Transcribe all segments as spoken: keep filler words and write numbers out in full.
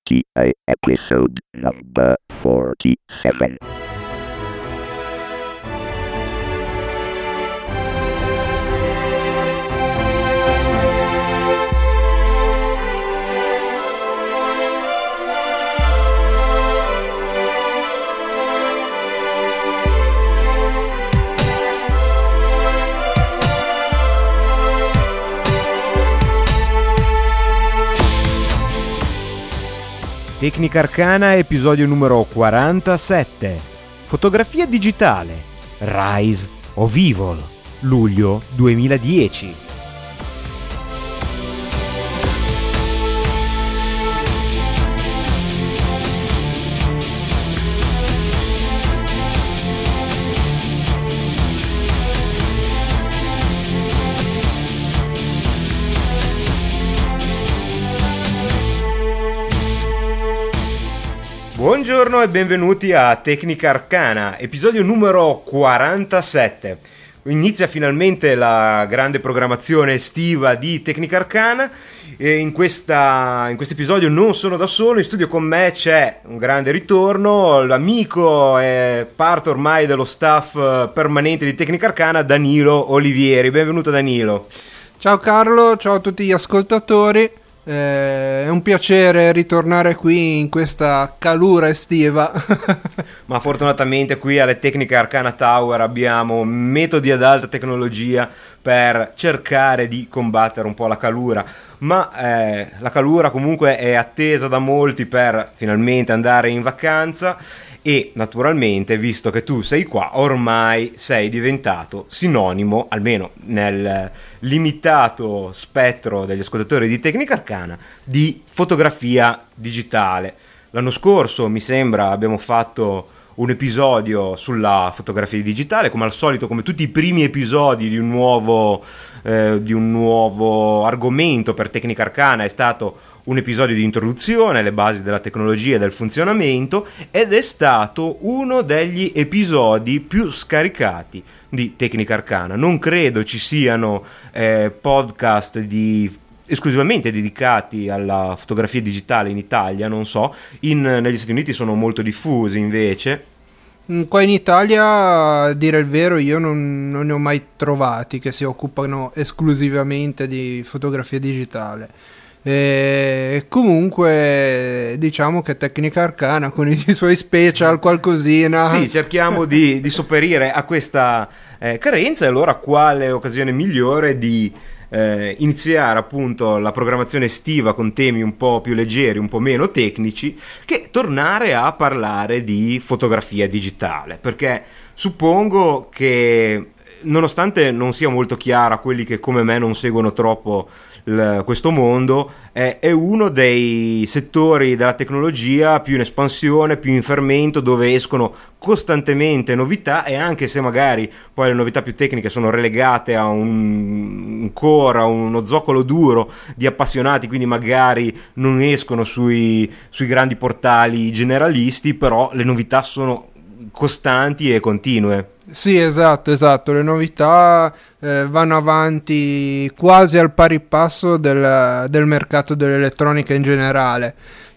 T I episode number forty-seven. Tecnica Arcana, episodio numero quarantasette. Fotografia digitale. Rise of Evil, luglio duemiladieci. Buongiorno e benvenuti a Tecnica Arcana, episodio numero quarantasette. Inizia finalmente la grande programmazione estiva di Tecnica Arcana e in questa in questo episodio non sono da solo, in studio con me c'è un grande ritorno, l'amico e parte ormai dello staff permanente di Tecnica Arcana, Danilo Olivieri. Benvenuto Danilo. Ciao Carlo, ciao a tutti gli ascoltatori. Eh, è un piacere ritornare qui in questa calura estiva. Ma fortunatamente qui alle Tecniche Arcana Tower abbiamo metodi ad alta tecnologia per cercare di combattere un po' la calura. Ma eh, la calura comunque è attesa da molti per finalmente andare in vacanza. E naturalmente, visto che tu sei qua, ormai sei diventato sinonimo, almeno nel limitato spettro degli ascoltatori di Tecnica Arcana, di fotografia digitale. L'anno scorso, mi sembra, abbiamo fatto un episodio sulla fotografia digitale, come al solito, come tutti i primi episodi di un nuovo, eh, di un nuovo argomento per Tecnica Arcana, è stato un episodio di introduzione alle basi della tecnologia e del funzionamento, ed è stato uno degli episodi più scaricati di Tecnica Arcana. Non credo ci siano eh, podcast di, esclusivamente dedicati alla fotografia digitale in Italia, non so, in, negli Stati Uniti sono molto diffusi invece. Qua in Italia, a dire il vero, io non, non ne ho mai trovati che si occupano esclusivamente di fotografia digitale. E comunque diciamo che Tecnica Arcana con i suoi special qualcosina, sì, cerchiamo di, di sopperire a questa eh, carenza. E allora quale occasione migliore di eh, iniziare appunto la programmazione estiva con temi un po' più leggeri, un po' meno tecnici, che tornare a parlare di fotografia digitale, perché suppongo che, nonostante non sia molto chiara a quelli che come me non seguono troppo l- questo mondo, è, è uno dei settori della tecnologia più in espansione, più in fermento, dove escono costantemente novità, e anche se magari poi le novità più tecniche sono relegate a un, un core, a uno zoccolo duro di appassionati, quindi magari non escono sui, sui grandi portali generalisti, però le novità sono costanti e continue. Sì, esatto, esatto. Le novità eh, vanno avanti quasi al pari passo del, del mercato dell'elettronica in generale.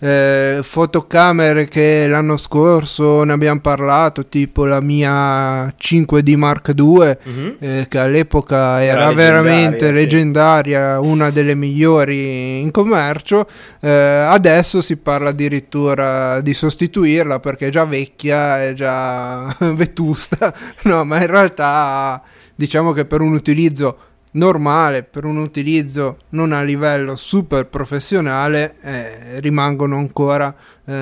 Eh, fotocamere che l'anno scorso ne abbiamo parlato, tipo la mia cinque D Mark due, uh-huh. eh, che all'epoca era, era veramente leggendaria, sì. Una delle migliori in commercio. Eh, adesso si parla addirittura di sostituirla perché è già vecchia, è già vetusta. No, ma in realtà diciamo che per un utilizzo normale, per un utilizzo non a livello super professionale, eh, rimangono ancora eh,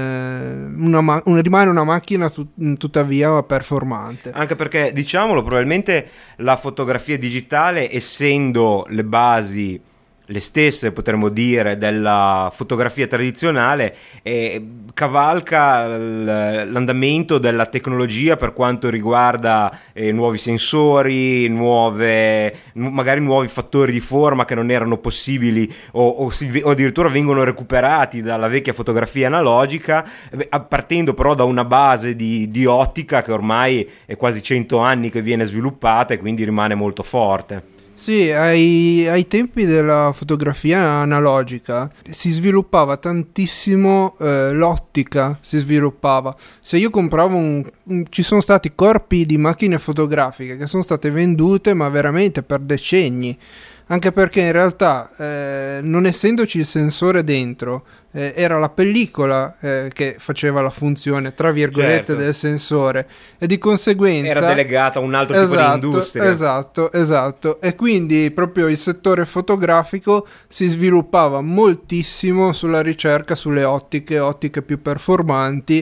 una ma- un, rimane una macchina tut- tuttavia performante. Anche perché, diciamolo, probabilmente la fotografia digitale, essendo le basi le stesse, potremmo dire, della fotografia tradizionale, eh, cavalca l- l'andamento della tecnologia per quanto riguarda eh, nuovi sensori, nuove, nu- magari nuovi fattori di forma che non erano possibili o, o, si, o addirittura vengono recuperati dalla vecchia fotografia analogica, eh, partendo però da una base di, di ottica che ormai è quasi cento anni che viene sviluppata e quindi rimane molto forte. Sì, ai, ai tempi della fotografia analogica si sviluppava tantissimo, eh, l'ottica si sviluppava. Se io compravo un, un- ci sono stati corpi di macchine fotografiche che sono state vendute ma veramente per decenni, anche perché in realtà eh, non essendoci il sensore dentro, eh, era la pellicola eh, che faceva la funzione tra virgolette Certo. del sensore, e di conseguenza Era delegata a un altro tipo di industria. Esatto, esatto. E quindi proprio il settore fotografico si sviluppava moltissimo sulla ricerca sulle ottiche, ottiche più performanti,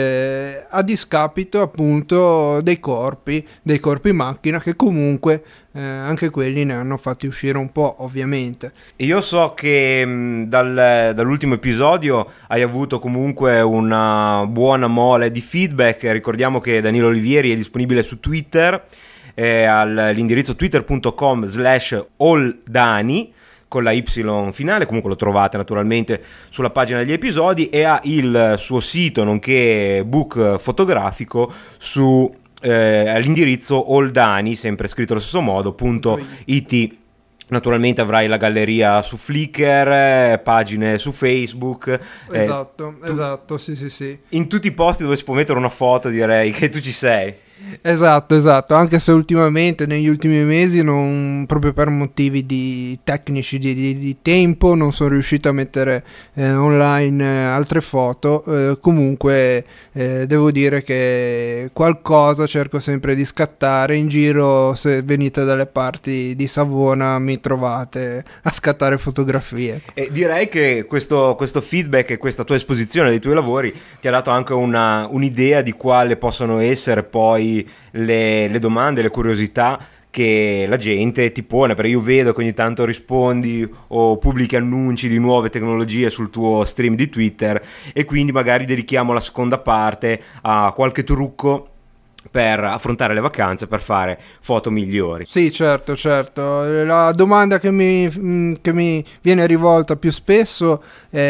eh, a discapito appunto dei corpi, dei corpi macchina che comunque eh, anche quelli ne hanno fatti uscire un po', ovviamente. Io so che mh, dal- dall'ultimo episodio hai avuto comunque una buona mole di feedback. Ricordiamo che Danilo Olivieri è disponibile su Twitter, eh, all'indirizzo twitter.com slash alldani con la Y finale, comunque lo trovate naturalmente sulla pagina degli episodi, e ha il suo sito nonché book fotografico su eh, all'indirizzo alldani, sempre scritto allo stesso modo, punto it. Naturalmente avrai la galleria su Flickr, eh, pagine su Facebook. eh, Esatto, esatto, sì, sì, sì. in tutti i posti dove si può mettere una foto direi che tu ci sei. Esatto, esatto, anche se ultimamente negli ultimi mesi non, proprio per motivi di tecnici di, di- di tempo non sono riuscito a mettere eh, online eh, altre foto. Eh, comunque eh, devo dire che qualcosa cerco sempre di scattare in giro. Se venite dalle parti di Savona mi trovate a scattare fotografie. E direi che questo, questo feedback e questa tua esposizione dei tuoi lavori ti ha dato anche una, un'idea di quale possono essere poi le, le domande, le curiosità che la gente ti pone, perché io vedo che ogni tanto rispondi o pubblichi annunci di nuove tecnologie sul tuo stream di Twitter, e quindi magari dedichiamo la seconda parte a qualche trucco per affrontare le vacanze, per fare foto migliori. Sì, certo, certo. La domanda che mi, mh, che mi viene rivolta più spesso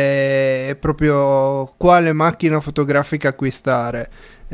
è proprio quale macchina fotografica acquistare.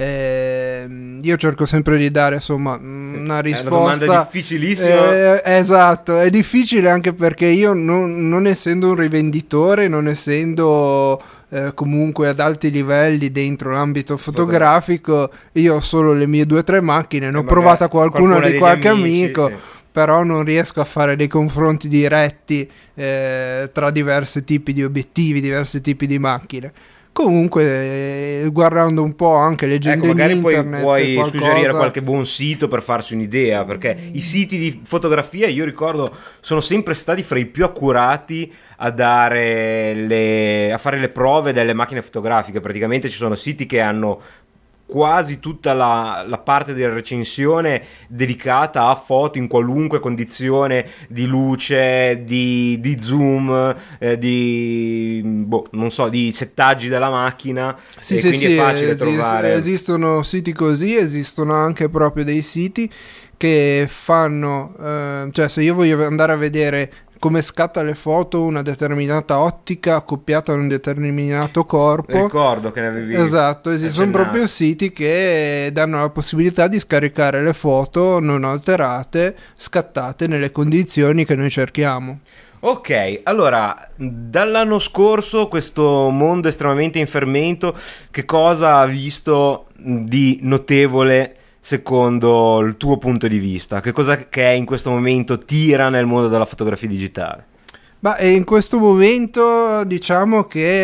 Eh, io cerco sempre di dare insomma una risposta. È una domanda difficilissima. Eh, esatto, è difficile anche perché io non, non essendo un rivenditore, non essendo eh, comunque ad alti livelli dentro l'ambito fotografico, io ho solo le mie due o tre macchine, ne ho magari provata qualcuna qualcuna di degli qualche amici, amico. sì. Però non riesco a fare dei confronti diretti eh, tra diversi tipi di obiettivi, diversi tipi di macchine. Comunque, eh, guardando un po', anche leggendo Ecco, magari in poi internet puoi qualcosa... suggerire qualche buon sito per farsi un'idea, perché i siti di fotografia, io ricordo, sono sempre stati fra i più accurati a dare le, a fare le prove delle macchine fotografiche. Praticamente ci sono siti che hanno quasi tutta la, la parte della recensione dedicata a foto in qualunque condizione di luce, di, di zoom, eh, di boh, non so, di settaggi della macchina. Sì, e sì, quindi sì, è facile esis- trovare. esistono siti così, esistono anche proprio dei siti che fanno, eh, cioè se io voglio andare a vedere come scatta le foto una determinata ottica accoppiata a un determinato corpo. Ricordo che ne avevi Esatto, esistono accennato. proprio siti che danno la possibilità di scaricare le foto non alterate, scattate nelle condizioni che noi cerchiamo. Ok, allora, dall'anno scorso questo mondo estremamente in fermento, che cosa ha visto di notevole secondo il tuo punto di vista? Che cosa che in questo momento tira nel mondo della fotografia digitale? Ma e in questo momento diciamo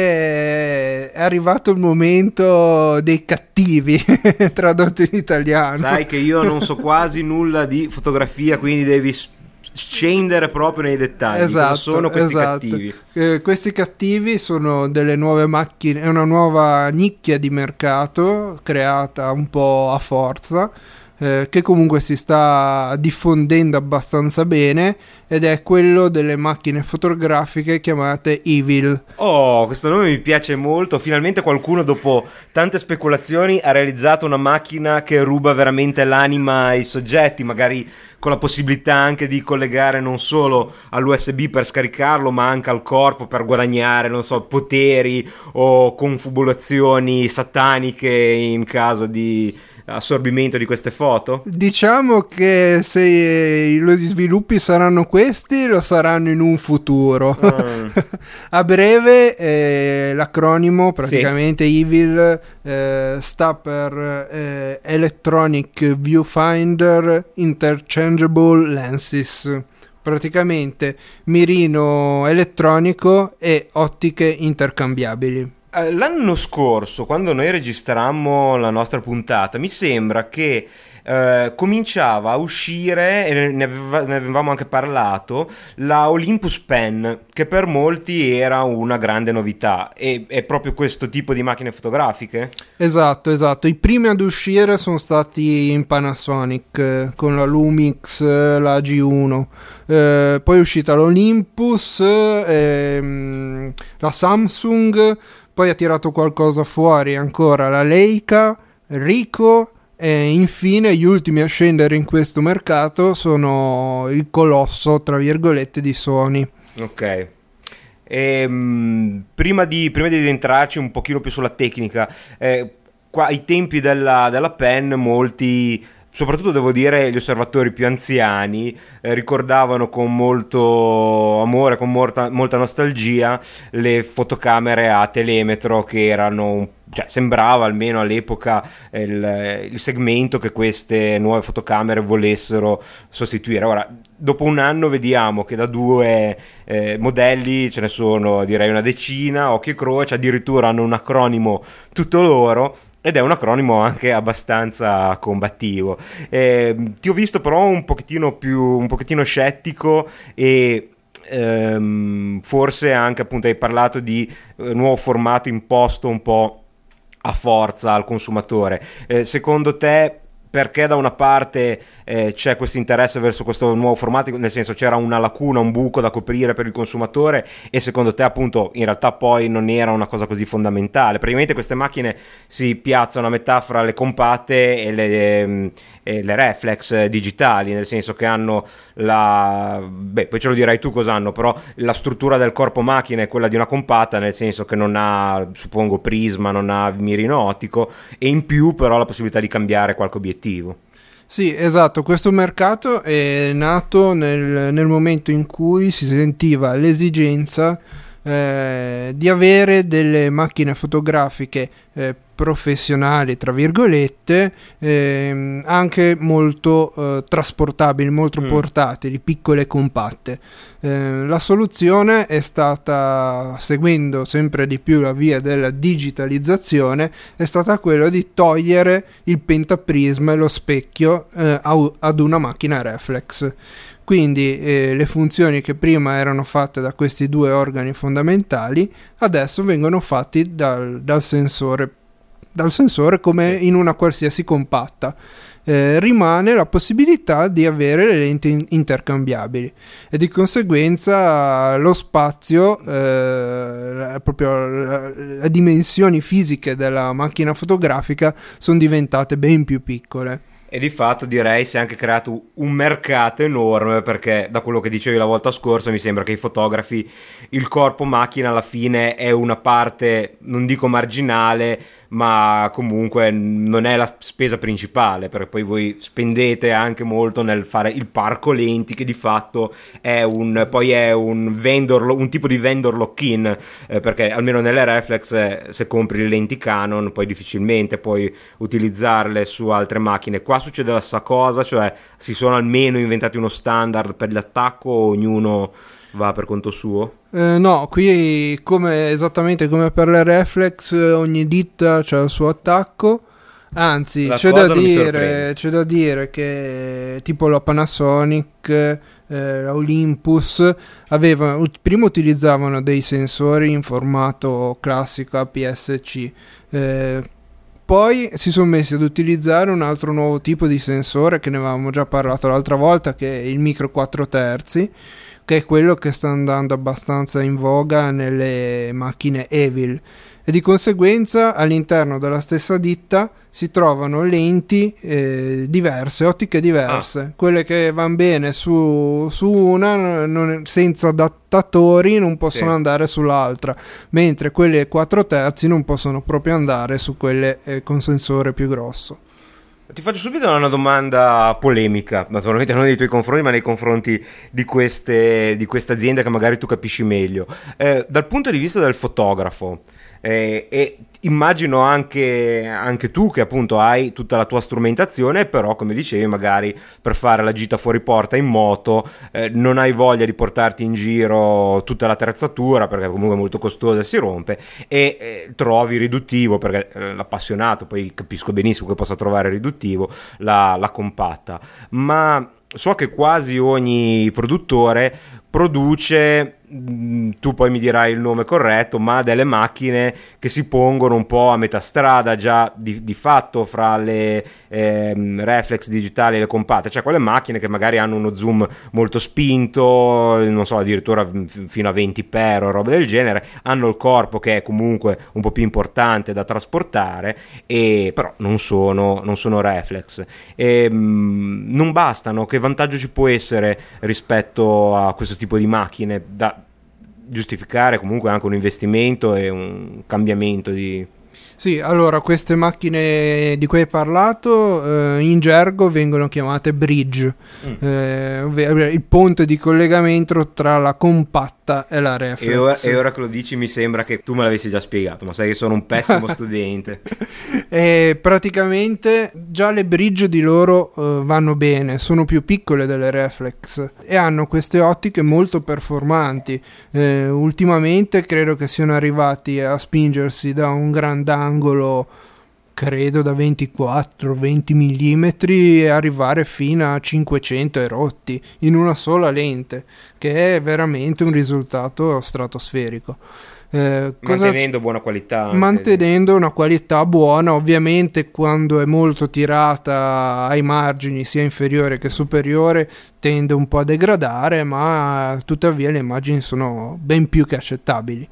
che è arrivato il momento dei cattivi, tradotto in italiano. Sai che io non so quasi nulla di fotografia, quindi devi s- scendere proprio nei dettagli. Esatto, Cosa sono questi esatto. cattivi? Eh, questi cattivi sono delle nuove macchine, è una nuova nicchia di mercato creata un po' a forza, eh, che comunque si sta diffondendo abbastanza bene, ed è quello delle macchine fotografiche chiamate Evil. Oh, questo nome mi piace molto. Finalmente qualcuno, dopo tante speculazioni, ha realizzato una macchina che ruba veramente l'anima ai soggetti, magari con la possibilità anche di collegare non solo all'U S B per scaricarlo, ma anche al corpo per guadagnare, non so, poteri o confabulazioni sataniche in caso di, assorbimento di queste foto? Diciamo che se gli sviluppi saranno questi, lo saranno in un futuro. Mm. A breve eh, l'acronimo praticamente sì. EVIL eh, sta per eh, Electronic Viewfinder Interchangeable Lenses. Praticamente mirino elettronico e ottiche intercambiabili. L'anno scorso, quando noi registrammo la nostra puntata, mi sembra che eh, cominciava a uscire, e ne, aveva, ne avevamo anche parlato, la Olympus Pen, che per molti era una grande novità. E è proprio questo tipo di macchine fotografiche? Esatto, esatto. I primi ad uscire sono stati in Panasonic, eh, con la Lumix, eh, la G uno. Eh, poi è uscita l'Olympus, ehm, la Samsung. Poi ha tirato qualcosa fuori ancora la Leica, Ricoh e infine gli ultimi a scendere in questo mercato sono il colosso, tra virgolette, di Sony. Ok. E, mh, prima, di, prima di entrarci un pochino più sulla tecnica, eh, qua ai tempi della, della Pen molti... soprattutto devo dire gli osservatori più anziani eh, ricordavano con molto amore, con molta, molta nostalgia le fotocamere a telemetro che erano, cioè sembrava almeno all'epoca il, il segmento che queste nuove fotocamere volessero sostituire. Ora, dopo un anno vediamo che da due eh, modelli ce ne sono direi una decina, occhio e croce, addirittura hanno un acronimo tutto loro. Ed è un acronimo anche abbastanza combattivo. Eh, ti ho visto però un pochettino più, un pochettino scettico e ehm, forse anche appunto hai parlato di eh, nuovo formato imposto un po' a forza al consumatore. Eh, secondo te perché da una parte eh, c'è questo interesse verso questo nuovo formato, nel senso c'era una lacuna, un buco da coprire per il consumatore e secondo te appunto in realtà poi non era una cosa così fondamentale? Praticamente queste macchine si piazzano a metà fra le compatte e le, ehm, e le reflex digitali, nel senso che hanno la... beh poi ce lo dirai tu cosa hanno, però la struttura del corpo macchina è quella di una compatta, nel senso che non ha, suppongo, prisma, non ha mirino ottico e in più però la possibilità di cambiare qualche obiettivo. Sì, esatto, questo mercato è nato nel, nel momento in cui si sentiva l'esigenza eh, di avere delle macchine fotografiche eh, professionali, tra virgolette, eh, anche molto eh, trasportabili, molto mm. portatili, piccole e compatte. Eh, la soluzione è stata, seguendo sempre di più la via della digitalizzazione, è stata quella di togliere il pentaprisma e lo specchio eh, ad una macchina reflex. Quindi eh, le funzioni che prima erano fatte da questi due organi fondamentali adesso vengono fatte dal, dal sensore dal sensore come in una qualsiasi compatta. Eh, rimane la possibilità di avere le lenti intercambiabili e di conseguenza lo spazio, eh, proprio le dimensioni fisiche della macchina fotografica sono diventate ben più piccole. E di fatto direi si è anche creato un mercato enorme, perché da quello che dicevi la volta scorsa mi sembra che i fotografi, il corpo macchina alla fine è una parte, non dico marginale, ma comunque non è la spesa principale, perché poi voi spendete anche molto nel fare il parco lenti, che di fatto è un poi è un vendor, un tipo di vendor lock-in, eh, perché almeno nelle reflex eh, se compri le lenti Canon poi difficilmente puoi utilizzarle su altre macchine. Qua succede la stessa cosa, cioè si sono almeno inventati uno standard per l'attacco o ognuno va per conto suo? Eh, no, qui come esattamente come per le reflex, ogni ditta c'ha il suo attacco. Anzi, c'è da, dire, c'è da dire che tipo la Panasonic, eh, la Olympus aveva, prima utilizzavano dei sensori in formato classico A P S C, eh, poi si sono messi ad utilizzare un altro nuovo tipo di sensore che ne avevamo già parlato l'altra volta, che è il micro quattro terzi, che è quello che sta andando abbastanza in voga nelle macchine EVIL, e di conseguenza all'interno della stessa ditta si trovano lenti eh, diverse, ottiche diverse, ah. quelle che vanno bene su, su una non, senza adattatori non possono sì. andare sull'altra, mentre quelle quattro terzi non possono proprio andare su quelle eh, con sensore più grosso. ti faccio subito una domanda polemica, naturalmente non nei tuoi confronti, ma nei confronti di queste, di queste aziende che magari tu capisci meglio. Eh, dal punto di vista del fotografo, eh, e immagino anche, anche tu che appunto hai tutta la tua strumentazione, però come dicevi magari per fare la gita fuori porta in moto eh, non hai voglia di portarti in giro tutta l'attrezzatura perché comunque è molto costosa e si rompe, e eh, trovi riduttivo, perché eh, l'appassionato poi capisco benissimo che possa trovare riduttivo la, la compatta, ma so che quasi ogni produttore produce, tu poi mi dirai il nome corretto, ma delle macchine che si pongono un po' a metà strada già di, di fatto fra le ehm, reflex digitali e le compatte, cioè quelle macchine che magari hanno uno zoom molto spinto, non so, addirittura fino a venti per o roba del genere, hanno il corpo che è comunque un po' più importante da trasportare, e però non sono, non sono reflex, e, mh, non bastano. Che vantaggio ci può essere rispetto a questo tipo di macchine da giustificare comunque anche un investimento e un cambiamento di... Sì, allora queste macchine di cui hai parlato eh, in gergo vengono chiamate bridge, mm. eh, ovvero il ponte di collegamento tra la compatta e la reflex. E ora, e ora che lo dici mi sembra che tu me l'avessi già spiegato, ma sai che sono un pessimo studente. E praticamente già le bridge di loro eh, vanno bene, sono più piccole delle reflex e hanno queste ottiche molto performanti. Eh, ultimamente credo che siano arrivati a spingersi da un grandangolo angolo credo da ventiquattro venti millimetri e arrivare fino a cinquecento e rotti in una sola lente, che è veramente un risultato stratosferico. Eh, mantenendo c- buona qualità anche. mantenendo una qualità buona, ovviamente quando è molto tirata ai margini sia inferiore che superiore tende un po' a degradare, ma tuttavia le immagini sono ben più che accettabili.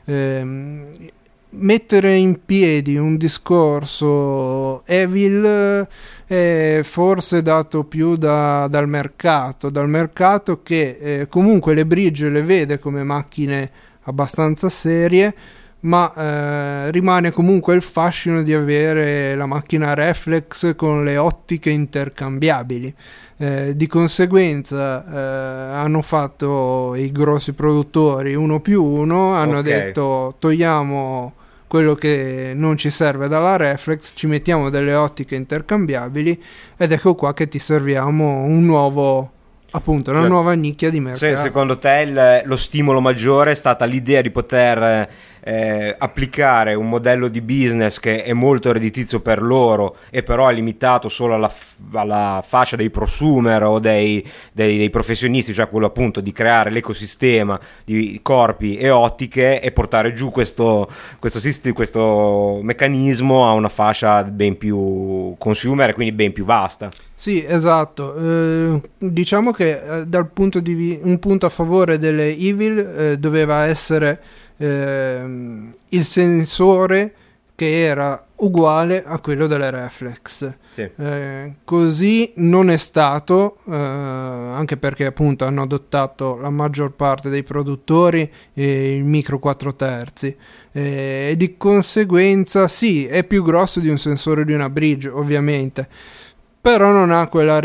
Eh, mettere in piedi un discorso evil è forse dato più da, dal mercato dal mercato che eh, comunque le bridge le vede come macchine abbastanza serie, ma eh, rimane comunque il fascino di avere la macchina reflex con le ottiche intercambiabili. Eh, di conseguenza eh, hanno fatto i grossi produttori uno più uno, hanno okay. detto togliamo quello che non ci serve dalla reflex, ci mettiamo delle ottiche intercambiabili ed ecco qua che ti serviamo un nuovo, appunto una cioè, nuova nicchia di mercato. Se, secondo te il, lo stimolo maggiore è stata l'idea di poter eh, applicare un modello di business che è molto redditizio per loro e però è limitato solo alla, alla fascia dei prosumer o dei, dei, dei professionisti, cioè quello appunto di creare l'ecosistema di corpi e ottiche e portare giù questo, questo, questo meccanismo a una fascia ben più consumer e quindi ben più vasta. Sì, esatto. Eh, diciamo che eh, dal punto di vi- un punto a favore delle Evil eh, doveva essere eh, il sensore che era uguale a quello delle reflex. Sì. Eh, così non è stato, eh, anche perché appunto hanno adottato la maggior parte dei produttori eh, il micro quattro terzi eh, e di conseguenza sì, è più grosso di un sensore di una bridge ovviamente, però non ha quella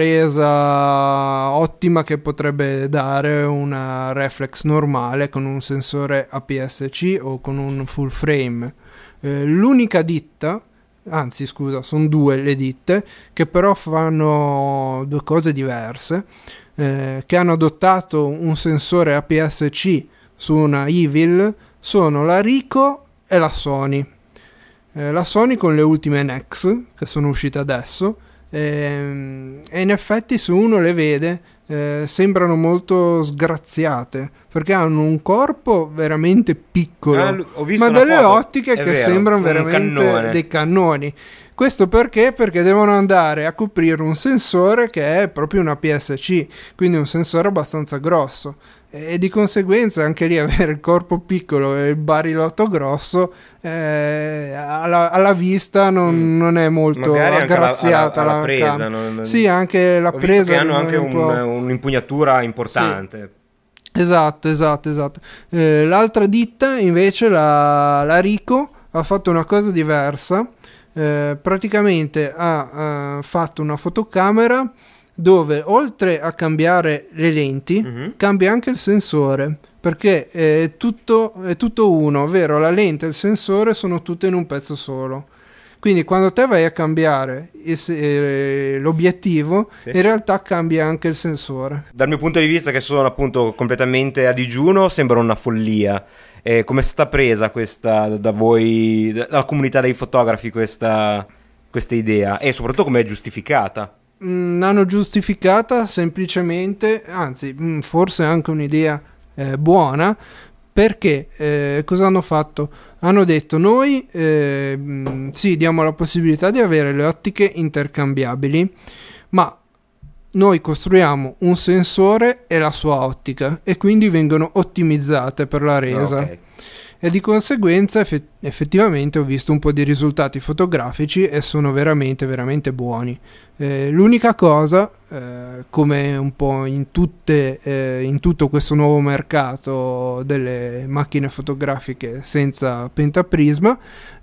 resa ottima che potrebbe dare una reflex normale con un sensore A P S C o con un full frame. Eh, l'unica ditta, anzi scusa, sono due le ditte che però fanno due cose diverse, eh, che hanno adottato un sensore A P S C su una Evil, sono la Ricoh e la Sony. Eh, la Sony con le ultime N E X che sono uscite adesso, e in effetti se uno le vede eh, sembrano molto sgraziate perché hanno un corpo veramente piccolo, ah, ma delle foto. Ottiche È che vero, sembrano veramente cannone. dei cannoni. Questo perché? Perché devono andare a coprire un sensore che è proprio un A P S C, quindi un sensore abbastanza grosso, e di conseguenza anche lì avere il corpo piccolo e il barilotto grosso eh, alla, alla vista non, mm. non è molto aggraziata alla, alla, alla la presa, non, sì, anche la ho presa visto che hanno anche un un, un'impugnatura importante. Sì. esatto esatto esatto eh, l'altra ditta invece, la, la Ricoh, ha fatto una cosa diversa. eh, praticamente ha, ha fatto una fotocamera dove oltre a cambiare le lenti, Mhm. cambia anche il sensore, perché è tutto, è tutto uno, ovvero la lente e il sensore sono tutte in un pezzo solo. Quindi quando te vai a cambiare il se- eh, l'obiettivo, Sì. in realtà cambia anche il sensore. Dal mio punto di vista, che sono appunto completamente a digiuno, sembra una follia. E come è stata presa questa da voi, dalla comunità dei fotografi, questa, questa idea? E soprattutto come è giustificata? Mm, l'hanno giustificata semplicemente, anzi, mm, forse anche un'idea eh, buona, perché eh, cosa hanno fatto? Hanno detto noi eh, mm, sì, diamo la possibilità di avere le ottiche intercambiabili, ma noi costruiamo un sensore e la sua ottica e quindi vengono ottimizzate per la resa. Ok. E di conseguenza effe- effettivamente ho visto un po' di risultati fotografici e sono veramente veramente buoni. Eh, l'unica cosa, eh, come un po' in tutte eh, in tutto questo nuovo mercato delle macchine fotografiche senza pentaprisma,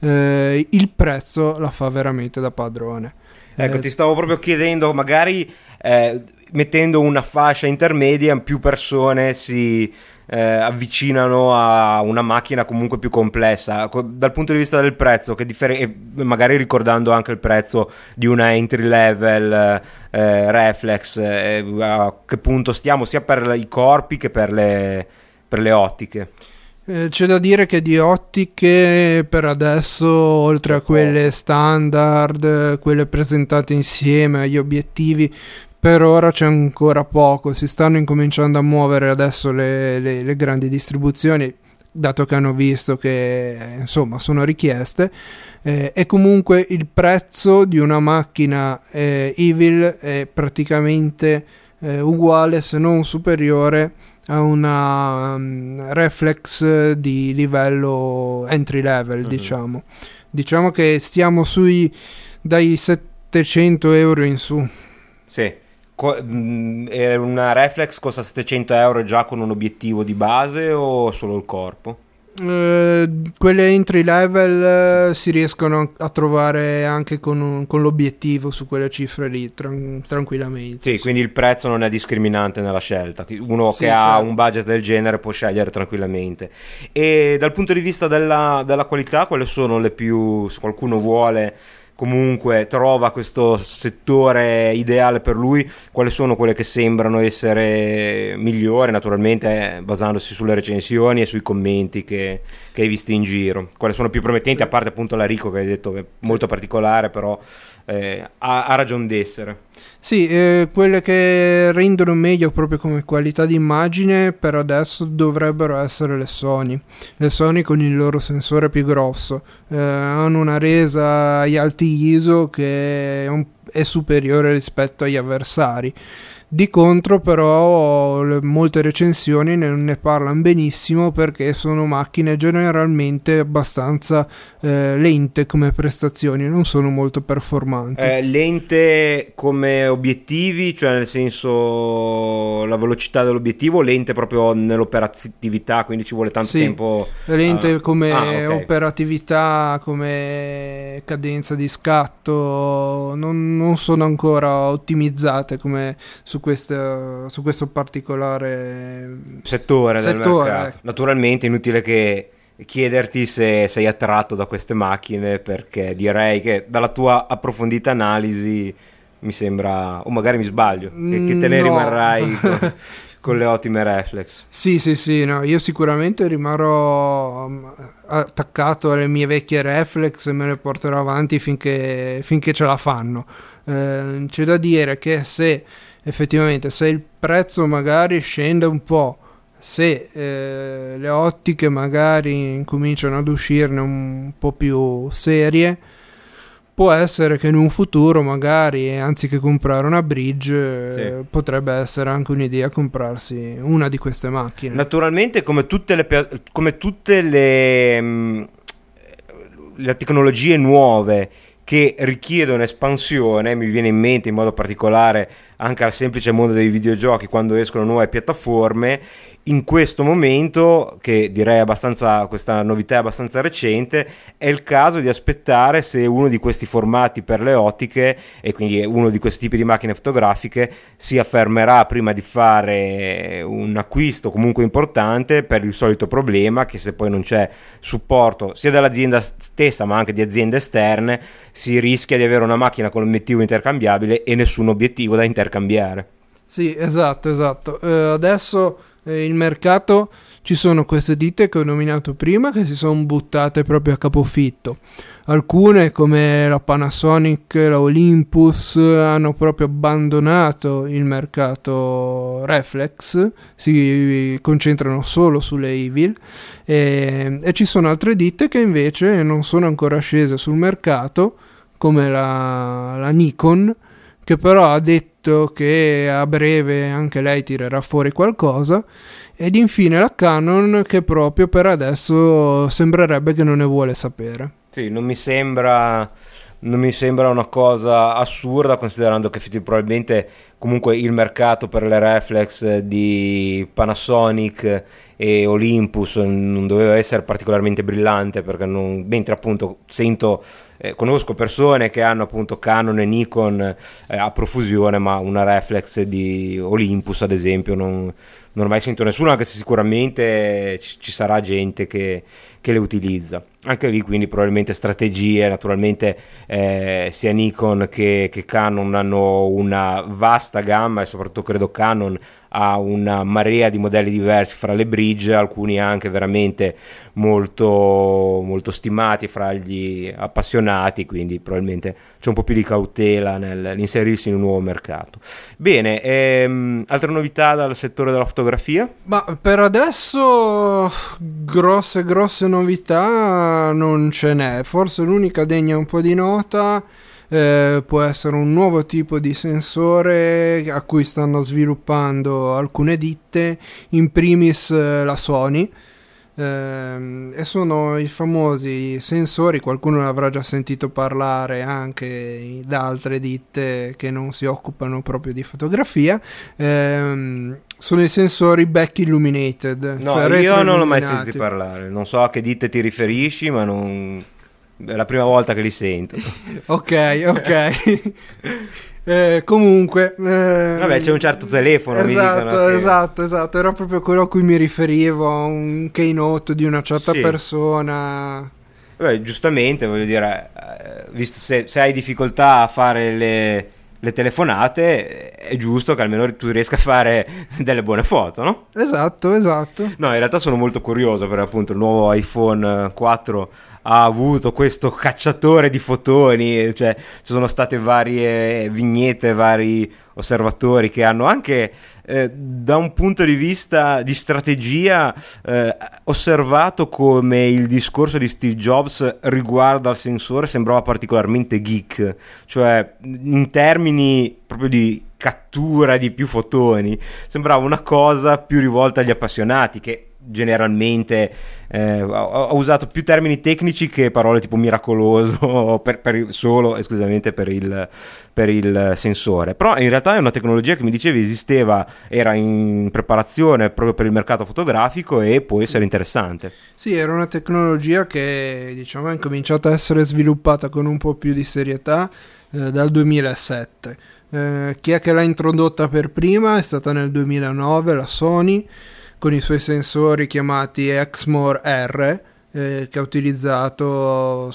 eh, il prezzo la fa veramente da padrone. Ecco, Eh, ti stavo proprio chiedendo, magari eh, mettendo una fascia intermedia, più persone si eh, avvicinano a una macchina comunque più complessa. Co- Dal punto di vista del prezzo, che differ- e magari ricordando anche il prezzo di una entry level eh, reflex, eh, a che punto stiamo sia per i corpi che per le, per le ottiche. Eh, c'è da dire che di ottiche per adesso, oltre a quelle standard, eh, quelle presentate insieme agli obiettivi, per ora c'è ancora poco. Si stanno incominciando a muovere adesso le, le- le grandi distribuzioni, dato che hanno visto che eh, insomma sono richieste. Eh, e comunque il prezzo di una macchina eh, Evil è praticamente eh, uguale, se non superiore, a una um, reflex di livello entry level, Mhm. diciamo. Diciamo che stiamo sui dai settecento euro in su. Sì. Co- mh, e una reflex costa settecento euro già con un obiettivo di base o solo il corpo? Eh, quelle entry level eh, si riescono a trovare anche con, un- con l'obiettivo su quelle cifre lì, tran- tranquillamente. Sì, quindi il prezzo non è discriminante nella scelta. Uno Sì, che ha certo. un budget del genere può scegliere tranquillamente. E dal punto di vista della, della qualità, quali sono le più, se qualcuno vuole, comunque trova questo settore ideale per lui, quali sono quelle che sembrano essere migliori, naturalmente eh, basandosi sulle recensioni e sui commenti che, che hai visto in giro? Quali sono più promettenti, a parte appunto la Ricoh che hai detto che è molto particolare, però eh, ha, ha ragion d'essere. Sì, eh, quelle che rendono meglio proprio come qualità di immagine per adesso dovrebbero essere le Sony. Le Sony con il loro sensore più grosso. Eh, hanno una resa agli alti I S O che è, un- è superiore rispetto agli avversari. Di contro però le- molte recensioni ne, ne parlano benissimo perché sono macchine generalmente abbastanza eh, lente come prestazioni, non sono molto performanti. Eh, lente come obiettivi, cioè nel senso la velocità dell'obiettivo, lente proprio nell'operatività, quindi ci vuole tanto Sì, tempo. lente ah, come ah, ok. operatività, come cadenza di scatto, non, non sono ancora ottimizzate come su, questa, su questo particolare Settore del settore, mercato. ecco. Naturalmente inutile che chiederti se sei attratto da queste macchine, perché direi che dalla tua approfondita analisi mi sembra, o magari mi sbaglio, che, che te ne No. rimarrai con, con le ottime reflex. Sì, sì, sì, no, io sicuramente rimarrò um, attaccato alle mie vecchie reflex e me le porterò avanti finché, finché ce la fanno. Eh, c'è da dire che se effettivamente se il prezzo magari scende un po', se eh, le ottiche magari incominciano ad uscirne un po' più serie, può essere che in un futuro magari anziché comprare una bridge eh, Sì. potrebbe essere anche un'idea comprarsi una di queste macchine. Naturalmente, come tutte le, pia- come tutte le, mh, le tecnologie nuove che richiedono espansione, mi viene in mente in modo particolare anche al semplice mondo dei videogiochi quando escono nuove piattaforme. In questo momento, che direi abbastanza, questa novità è abbastanza recente, è il caso di aspettare se uno di questi formati per le ottiche, e quindi uno di questi tipi di macchine fotografiche, si affermerà prima di fare un acquisto comunque importante, per il solito problema che se poi non c'è supporto sia dell'azienda stessa ma anche di aziende esterne, si rischia di avere una macchina con l'obiettivo intercambiabile e nessun obiettivo da intercambiare. Sì, esatto, esatto. Eh, adesso eh, il mercato, ci sono queste ditte che ho nominato prima che si sono buttate proprio a capofitto. Alcune, come la Panasonic, la Olympus, hanno proprio abbandonato il mercato reflex, si concentrano solo sulle Evil, e, e ci sono altre ditte che invece non sono ancora scese sul mercato, come la, la Nikon, che però ha detto che a breve anche lei tirerà fuori qualcosa, ed infine la Canon, che proprio per adesso sembrerebbe che non ne vuole sapere. Sì, non mi sembra, non mi sembra una cosa assurda, considerando che probabilmente comunque il mercato per le reflex di Panasonic e Olympus non doveva essere particolarmente brillante, perché non, mentre appunto sento eh, conosco persone che hanno appunto Canon e Nikon eh, a profusione, ma una reflex di Olympus ad esempio non, non ho mai sentito nessuno, anche se sicuramente ci, ci sarà gente che, che le utilizza. Anche lì quindi probabilmente strategie, naturalmente eh, sia Nikon che, che Canon hanno una vasta gamma, e soprattutto credo Canon ha una marea di modelli diversi fra le bridge, alcuni anche veramente molto, molto stimati fra gli appassionati, quindi probabilmente c'è un po' più di cautela nell'inserirsi in un nuovo mercato. Bene, ehm, altre novità dal settore della fotografia? Ma per adesso grosse grosse novità non ce n'è, forse l'unica degna un po' di nota Eh, può essere un nuovo tipo di sensore a cui stanno sviluppando alcune ditte, in primis eh, la Sony, eh, e sono i famosi sensori, qualcuno ne avrà già sentito parlare anche da altre ditte che non si occupano proprio di fotografia. Eh, sono i sensori back illuminated, no, cioè io non l'ho mai retroilluminati. sentito parlare, non so a che ditte ti riferisci, ma non... è la prima volta che li sento. Ok, ok. eh, comunque eh, vabbè, c'è un certo telefono, esatto, mi dicono che... esatto, esatto, era proprio quello a cui mi riferivo, un keynote di una certa Sì. persona. Beh, giustamente, voglio dire, eh, visto se, se hai difficoltà a fare le, le telefonate, è giusto che almeno tu riesca a fare delle buone foto, no? Esatto, esatto. No, in realtà sono molto curioso, perché appunto il nuovo iPhone quattro ha avuto questo cacciatore di fotoni, cioè ci sono state varie vignette, vari osservatori che hanno anche eh, da un punto di vista di strategia eh, osservato come il discorso di Steve Jobs riguardo al sensore sembrava particolarmente geek, cioè in termini proprio di cattura di più fotoni sembrava una cosa più rivolta agli appassionati, che generalmente eh, ho, ho usato più termini tecnici che parole tipo miracoloso per, per solo esclusivamente per il, per il sensore. Però in realtà è una tecnologia che mi dicevi esisteva, era in preparazione proprio per il mercato fotografico e può essere interessante. Sì, era una tecnologia che diciamo è incominciata a essere sviluppata con un po' più di serietà eh, dal duemilasette. Eh, chi è che l'ha introdotta per prima? È stata nel duemilanove la Sony, con i suoi sensori chiamati Exmor R, eh, che ha utilizzato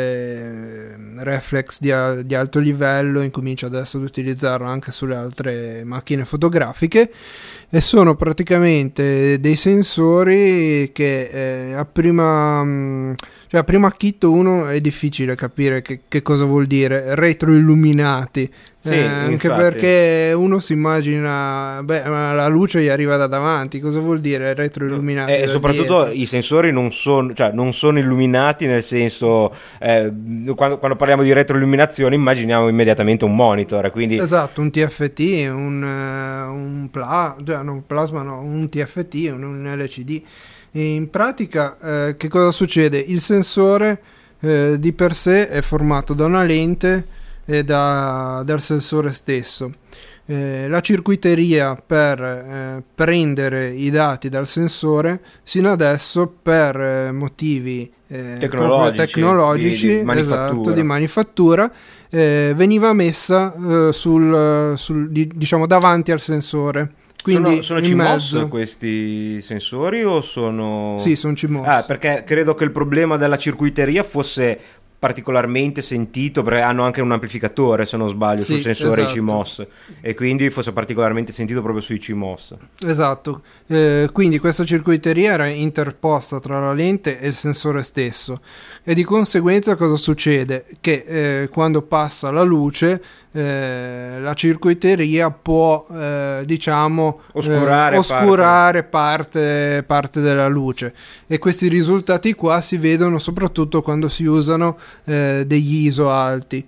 sulle reflex di, a- di alto livello, incomincia adesso ad utilizzarlo anche sulle altre macchine fotografiche, e sono praticamente dei sensori che eh, a prima mh, cioè a primo acchito uno è difficile capire che, che cosa vuol dire retroilluminati. Sì, eh, anche infatti. Perché uno si immagina, beh, ma la luce gli arriva da davanti, cosa vuol dire retroilluminati? E da soprattutto dietro? i sensori non sono, cioè, non sono illuminati, nel senso eh, quando, quando parliamo di retroilluminazione immaginiamo immediatamente un monitor, e quindi Esatto, un T F T, un, eh, un pla- cioè, no, plasma no, un T F T, un, un L C D. E in pratica eh, che cosa succede? Il sensore eh, di per sé è formato da una lente e da, dal sensore stesso. Eh, la circuiteria per eh, prendere i dati dal sensore sino adesso per eh, motivi eh, Tecnologici, tecnologici di- di manifattura. esatto, di manifattura eh, veniva messa eh, sul, sul- di- diciamo davanti al sensore, quindi sono sono in C M O S mezzo. questi sensori o sono... Sì, sono C M O S. Ah, perché credo che il problema della circuiteria fosse particolarmente sentito, perché hanno anche un amplificatore, se non sbaglio, Sì, sul sensore esatto. C M O S, e quindi fosse particolarmente sentito proprio sui C M O S. Esatto, eh, quindi questa circuiteria era interposta tra la lente e il sensore stesso, e di conseguenza cosa succede? Che eh, quando passa la luce eh, la circuiteria può eh, diciamo Oscurare eh, oscurare parte, parte della luce, e questi risultati qua si vedono soprattutto quando si usano eh, degli I S O alti.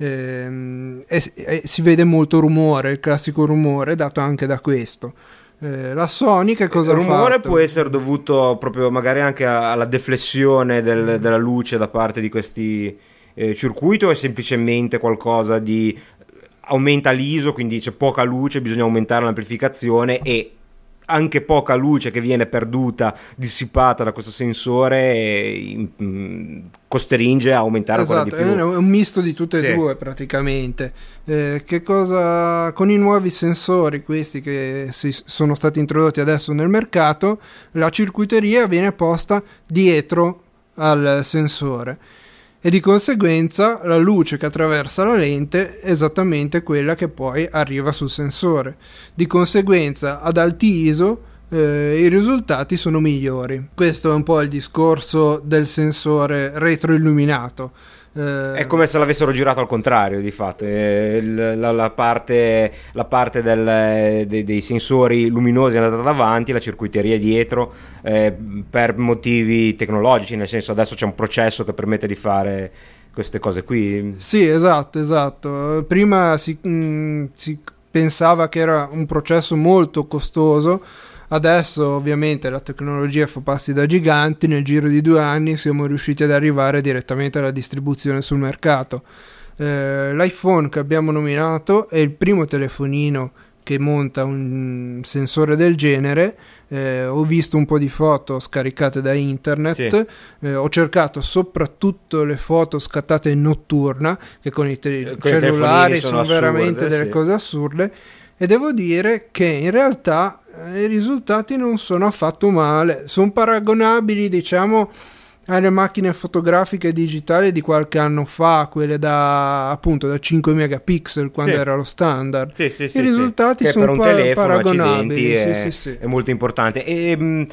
Ehm, e, e si vede molto rumore, il classico rumore dato anche da questo. Eh, la Sony che cosa Il ha rumore fatto? può essere dovuto proprio magari anche a- alla deflessione del- della luce da parte di questi eh, circuiti, o è semplicemente qualcosa di aumenta l'I S O, quindi c'è poca luce, bisogna aumentare l'amplificazione, e anche poca luce che viene perduta, dissipata da questo sensore, e, mm, costringe a aumentare ancora Esatto, di più. è un- è un misto di tutte Sì. e due praticamente. Eh, che cosa con i nuovi sensori, questi che si sono stati introdotti adesso nel mercato, la circuiteria viene posta dietro al sensore, e di conseguenza la luce che attraversa la lente è esattamente quella che poi arriva sul sensore. Di conseguenza ad alti I S O eh, i risultati sono migliori. Questo è un po' il discorso del sensore retroilluminato. Eh, È come se l'avessero girato al contrario, di fatto. Eh, il- la, la parte, la parte del- dei, dei sensori luminosi è andata davanti, la circuiteria dietro, eh, per motivi tecnologici, nel senso adesso c'è un processo che permette di fare queste cose qui. Sì, esatto, esatto. Prima si, mh, si pensava che era un processo molto costoso. Adesso ovviamente la tecnologia fa passi da giganti, nel giro di due anni siamo riusciti ad arrivare direttamente alla distribuzione sul mercato. Eh, L'iPhone che abbiamo nominato è il primo telefonino che monta un sensore del genere. Eh, ho visto un po' di foto scaricate da internet, Sì. eh, ho cercato soprattutto le foto scattate in notturna, che con i te- Eh, con i cellulari telefonini sono, sono veramente assurde, delle sì. cose assurde, e devo dire che in realtà eh, i risultati non sono affatto male, sono paragonabili diciamo alle macchine fotografiche digitali di qualche anno fa, quelle da appunto da cinque megapixel quando Sì. era lo standard. Sì, sì, sì, I risultati sì. Che sono per un pa- telefono paragonabili, accidenti, sì, è, sì, sì. è molto importante. E mh,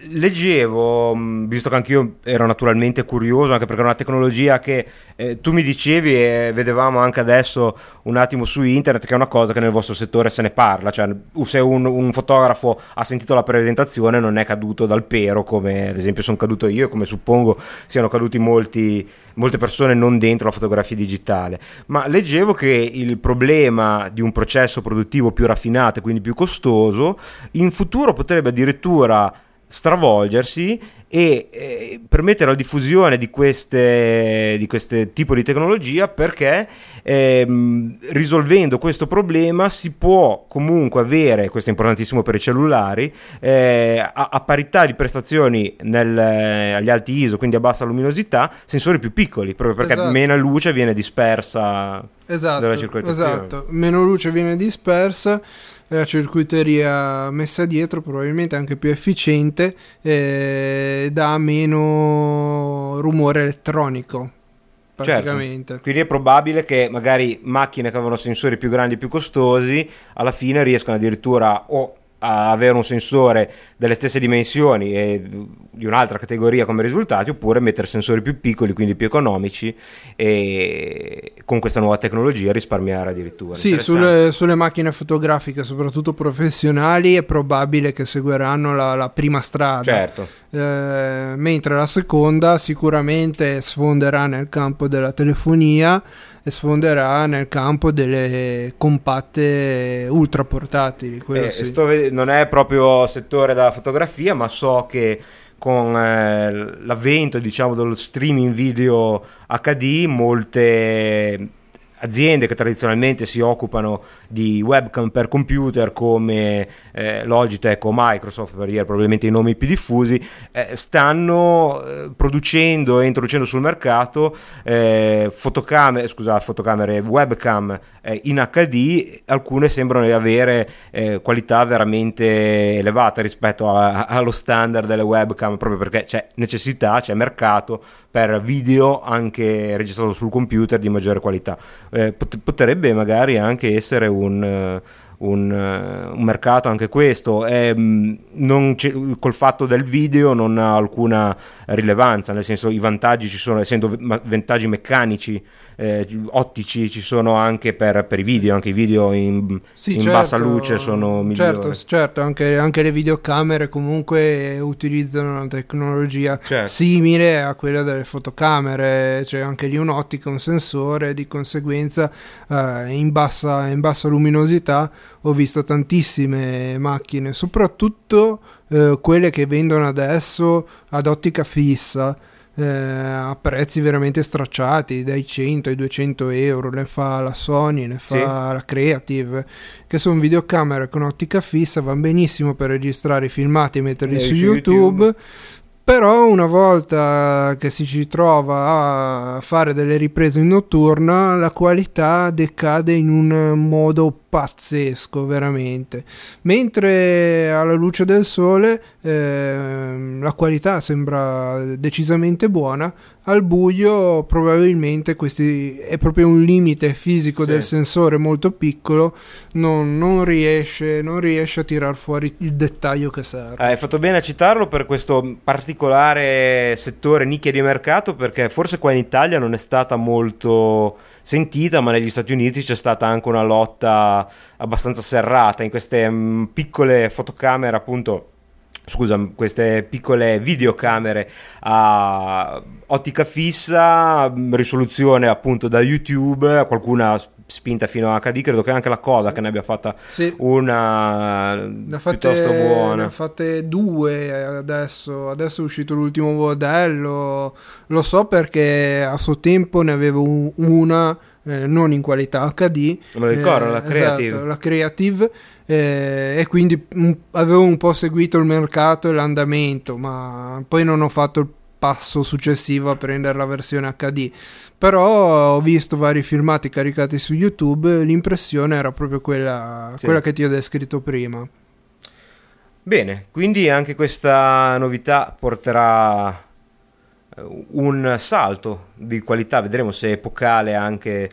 leggevo, mh, visto che anch'io ero naturalmente curioso, anche perché è una tecnologia che eh, tu mi dicevi, e vedevamo anche adesso un attimo su internet, che è una cosa che nel vostro settore se ne parla, cioè se un, un fotografo ha sentito la presentazione non è caduto dal pero, come ad esempio sono caduto io, come suppongo siano caduti molti, molte persone non dentro la fotografia digitale. Ma leggevo che il problema di un processo produttivo più raffinato e quindi più costoso in futuro potrebbe addirittura stravolgersi e eh, permettere la diffusione di queste di queste tipo di tecnologia, perché ehm, risolvendo questo problema si può comunque avere, questo è importantissimo per i cellulari, eh, a, a parità di prestazioni nel, eh, agli alti I S O, quindi a bassa luminosità, sensori più piccoli, proprio perché Esatto. meno luce viene dispersa Esatto, dalla circuitazione. esatto. Meno luce viene dispersa, e la circuiteria messa dietro probabilmente anche più efficiente, e dà meno rumore elettronico praticamente. Certo. Quindi è probabile che magari macchine che avevano sensori più grandi e più costosi alla fine riescano addirittura o a avere un sensore delle stesse dimensioni e di un'altra categoria come risultati, oppure mettere sensori più piccoli, quindi più economici, e con questa nuova tecnologia risparmiare addirittura. Sì, Interessante. sulle, sulle macchine fotografiche, soprattutto professionali, è probabile che seguiranno la, la prima strada. Certo. Eh, mentre la seconda sicuramente sfonderà nel campo della telefonia e sfonderà nel campo delle compatte ultra portatili. Quello Eh, sì. sto ved- non è proprio settore della fotografia, ma so che con eh, l'avvento, diciamo, dello streaming video acca di, molte aziende che tradizionalmente si occupano di webcam per computer come eh, Logitech o Microsoft, per dire probabilmente i nomi più diffusi, eh, stanno eh, producendo e introducendo sul mercato eh, fotocamere, scusa, fotocamere, webcam eh, in acca di. Alcune sembrano di avere eh, qualità veramente elevata rispetto a, allo standard delle webcam, proprio perché c'è necessità, c'è mercato per video anche registrato sul computer di maggiore qualità. Eh, pot- potrebbe magari anche essere un, uh, un, uh, un mercato anche questo. Eh, non col fatto del video non ha alcuna rilevanza, nel senso i vantaggi ci sono, essendo vantaggi meccanici, eh, ottici ci sono anche per, per i video, anche i video in, sì, in certo, bassa luce sono migliori. Certo, certo anche, anche le videocamere comunque utilizzano una tecnologia certo. simile a quella delle fotocamere, c'è cioè anche lì un'ottica, un sensore, di conseguenza eh, in, bassa, in bassa luminosità ho visto tantissime macchine, soprattutto eh, quelle che vendono adesso ad ottica fissa, Eh, a prezzi veramente stracciati, dai cento ai duecento euro, le fa la Sony, ne fa sì. la Creative, che sono videocamere con ottica fissa, vanno benissimo per registrare i filmati e metterli e su YouTube, YouTube, però una volta che si ci trova a fare delle riprese in notturna la qualità decade in un modo pazzesco veramente, mentre alla luce del sole eh, la qualità sembra decisamente buona, al buio probabilmente questi è proprio un limite fisico sì. del sensore molto piccolo, non, non riesce non riesce a tirar fuori il dettaglio che serve. Eh, hai fatto bene a citarlo per questo particolare settore nicchia di mercato, perché forse qua in Italia non è stata molto sentita, ma negli Stati Uniti c'è stata anche una lotta abbastanza serrata in queste mh, piccole fotocamere, appunto, scusa, queste piccole videocamere a ottica fissa, risoluzione appunto da YouTube, qualcuna spinta fino a acca di, credo che anche la Kodak sì. che ne abbia fatta sì. una ne fatte, piuttosto buona. Ne ha fatte due adesso, adesso è uscito l'ultimo modello, lo so perché a suo tempo ne avevo un, una eh, non in qualità acca di, me lo ricordo, eh, la Creative, esatto, la Creative eh, e quindi un, avevo un po' seguito il mercato e l'andamento, ma poi non ho fatto il passo successivo a prendere la versione acca di, però ho visto vari filmati caricati su YouTube, l'impressione era proprio quella, sì. quella che ti ho descritto prima. Bene, quindi anche questa novità porterà un salto di qualità, vedremo se è epocale anche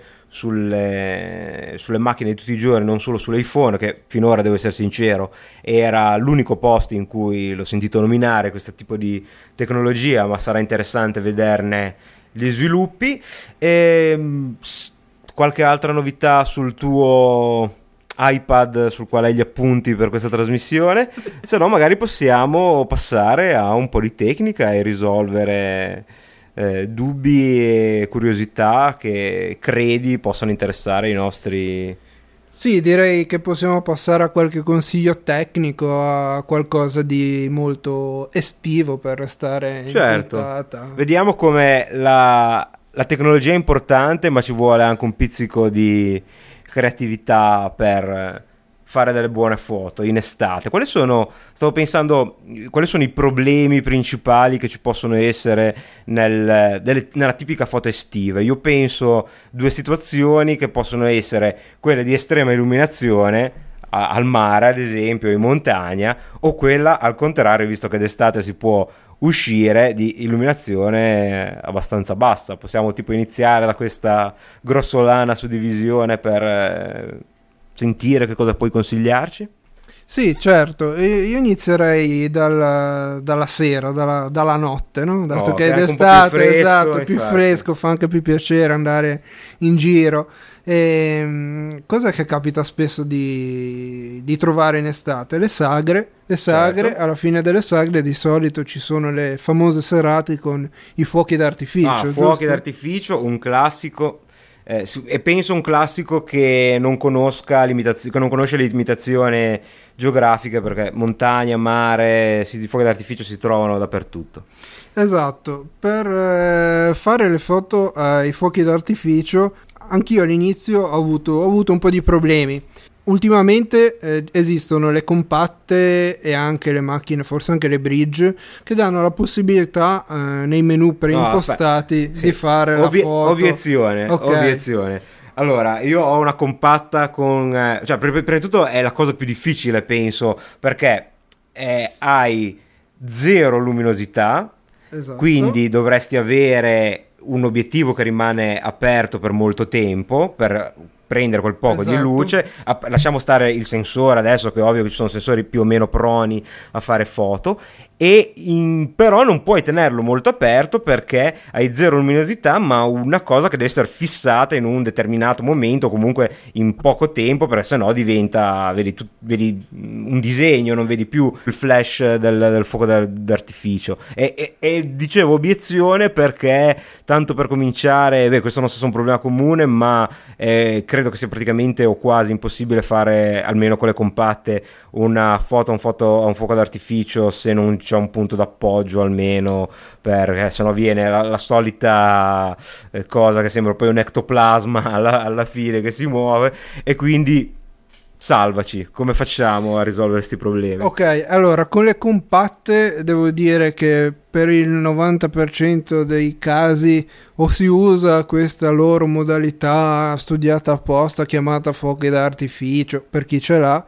sulle, sulle macchine di tutti i giorni, non solo sull'iPhone, che finora, devo essere sincero, era l'unico posto in cui l'ho sentito nominare questo tipo di tecnologia, ma sarà interessante vederne gli sviluppi. E qualche altra novità sul tuo iPad sul quale hai gli appunti per questa trasmissione? Se no magari possiamo passare a un po' di tecnica e risolvere eh, dubbi e curiosità che credi possano interessare i nostri. Sì, direi che possiamo passare a qualche consiglio tecnico, a qualcosa di molto estivo per restare in certo. puntata. Vediamo come la, la tecnologia è importante, ma ci vuole anche un pizzico di creatività per fare delle buone foto in estate. Quali sono, stavo pensando, quali sono i problemi principali che ci possono essere nel, delle, nella tipica foto estiva? Io penso due situazioni che possono essere quelle di estrema illuminazione a, al mare, ad esempio, in montagna, o quella al contrario, visto che d'estate si può uscire, di illuminazione abbastanza bassa. Possiamo tipo iniziare da questa grossolana suddivisione per eh, sentire che cosa puoi consigliarci? Sì, certo, io inizierei dal, dalla sera, dalla, dalla notte, no? Dato no, che è d'estate, più fresco, esatto, più infatti. fresco, fa anche più piacere andare in giro. E, cosa che capita spesso di, di trovare in estate? Le sagre, le sagre, certo. Alla fine delle sagre di solito ci sono le famose serate con i fuochi d'artificio. Ah, fuochi d'artificio, un classico. Eh, e penso un classico che non conosca limitazio- che non conosce le limitazioni geografiche, perché montagna, mare, i fuochi d'artificio si trovano dappertutto. Esatto, per eh, fare le foto ai fuochi d'artificio anch'io all'inizio ho avuto, ho avuto un po' di problemi, ultimamente eh, esistono le compatte e anche le macchine, forse anche le bridge, che danno la possibilità eh, nei menu preimpostati no, di sì. fare Obie- la foto. Obiezione, Okay. obiezione. Allora, io ho una compatta con... Eh, cioè, prima di tutto è la cosa più difficile, penso, perché eh, hai zero luminosità, Esatto. quindi dovresti avere un obiettivo che rimane aperto per molto tempo, per prendere quel poco Esatto. di luce. A- lasciamo stare il sensore adesso, che è ovvio che ci sono sensori più o meno proni a fare foto, e in- però non puoi tenerlo molto aperto perché hai zero luminosità, ma una cosa che deve essere fissata in un determinato momento, comunque in poco tempo, perché sennò diventa, vedi, tu, vedi un disegno, non vedi più il flash del, del fuoco d'ar- d'artificio. E, e, e dicevo obiezione perché, tanto per cominciare, beh, questo non so se è un problema comune, ma eh, credo che sia praticamente o quasi impossibile fare, almeno con le compatte, una foto, un foto a un fuoco d'artificio se non c'è un punto d'appoggio almeno, perché sennò viene la, la solita eh, cosa che sembra poi un ectoplasma alla, alla fine che si muove, e quindi salvaci, come facciamo a risolvere questi problemi? Ok, allora con le compatte devo dire che per il novanta per cento dei casi o si usa questa loro modalità studiata apposta chiamata fuochi d'artificio per chi ce l'ha,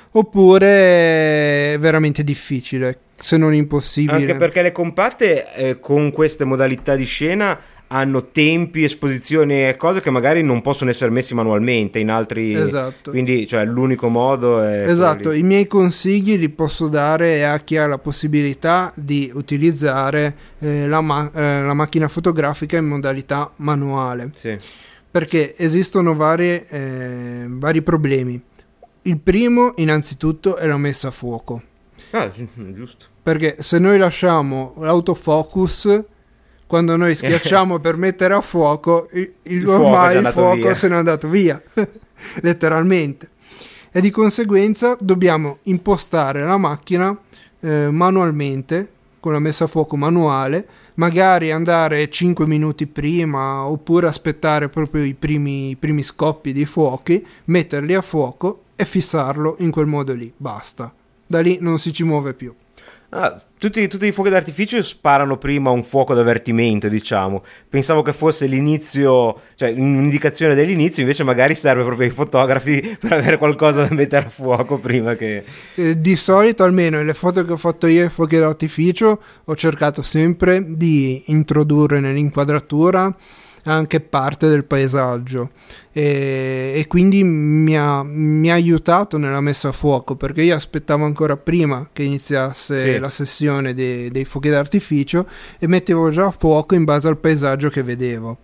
oppure è veramente difficile, se non impossibile. Anche perché le compatte eh, con queste modalità di scena hanno tempi, esposizioni e cose che magari non possono essere messi manualmente in altri, Esatto. quindi cioè l'unico modo è Esatto, quello i miei consigli li posso dare a chi ha la possibilità di utilizzare eh, la, ma- eh, la macchina fotografica in modalità manuale, lì. Sì. perché esistono varie, eh, vari problemi. Il primo, innanzitutto, è la messa a fuoco, Ah, gi- giusto. perché se noi lasciamo l'autofocus, quando noi schiacciamo per mettere a fuoco, il, il, Il fuoco è ormai già il andato fuoco via. se n'è andato via, letteralmente. E di conseguenza dobbiamo impostare la macchina eh, manualmente, con la messa a fuoco manuale, magari andare cinque minuti prima, oppure aspettare proprio i primi, i primi scoppi di fuochi, metterli a fuoco e fissarlo in quel modo lì, basta. Da lì non si ci muove più. Ah, tutti, tutti i fuochi d'artificio sparano prima un fuoco d'avvertimento, diciamo. Pensavo che fosse l'inizio, cioè un'indicazione dell'inizio, invece magari serve proprio ai fotografi per avere qualcosa da mettere a fuoco prima che... Eh, di solito, almeno nelle foto che ho fatto io ai fuochi d'artificio, ho cercato sempre di introdurre nell'inquadratura anche parte del paesaggio, e, e quindi mi ha, mi ha aiutato nella messa a fuoco, perché io aspettavo ancora prima che iniziasse Sì. la sessione dei, dei fuochi d'artificio e mettevo già a fuoco in base al paesaggio che vedevo.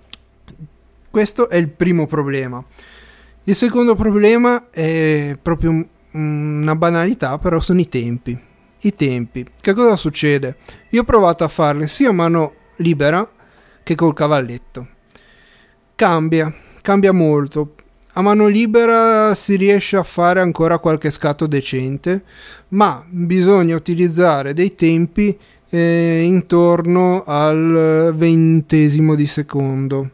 Questo è il primo problema. Il secondo problema è proprio una banalità, però sono i tempi. I tempi. Che cosa succede? Io ho provato a farli sia a mano libera che col cavalletto. Cambia, cambia molto. A mano libera si riesce a fare ancora qualche scatto decente, ma bisogna utilizzare dei tempi eh, intorno al ventesimo di secondo.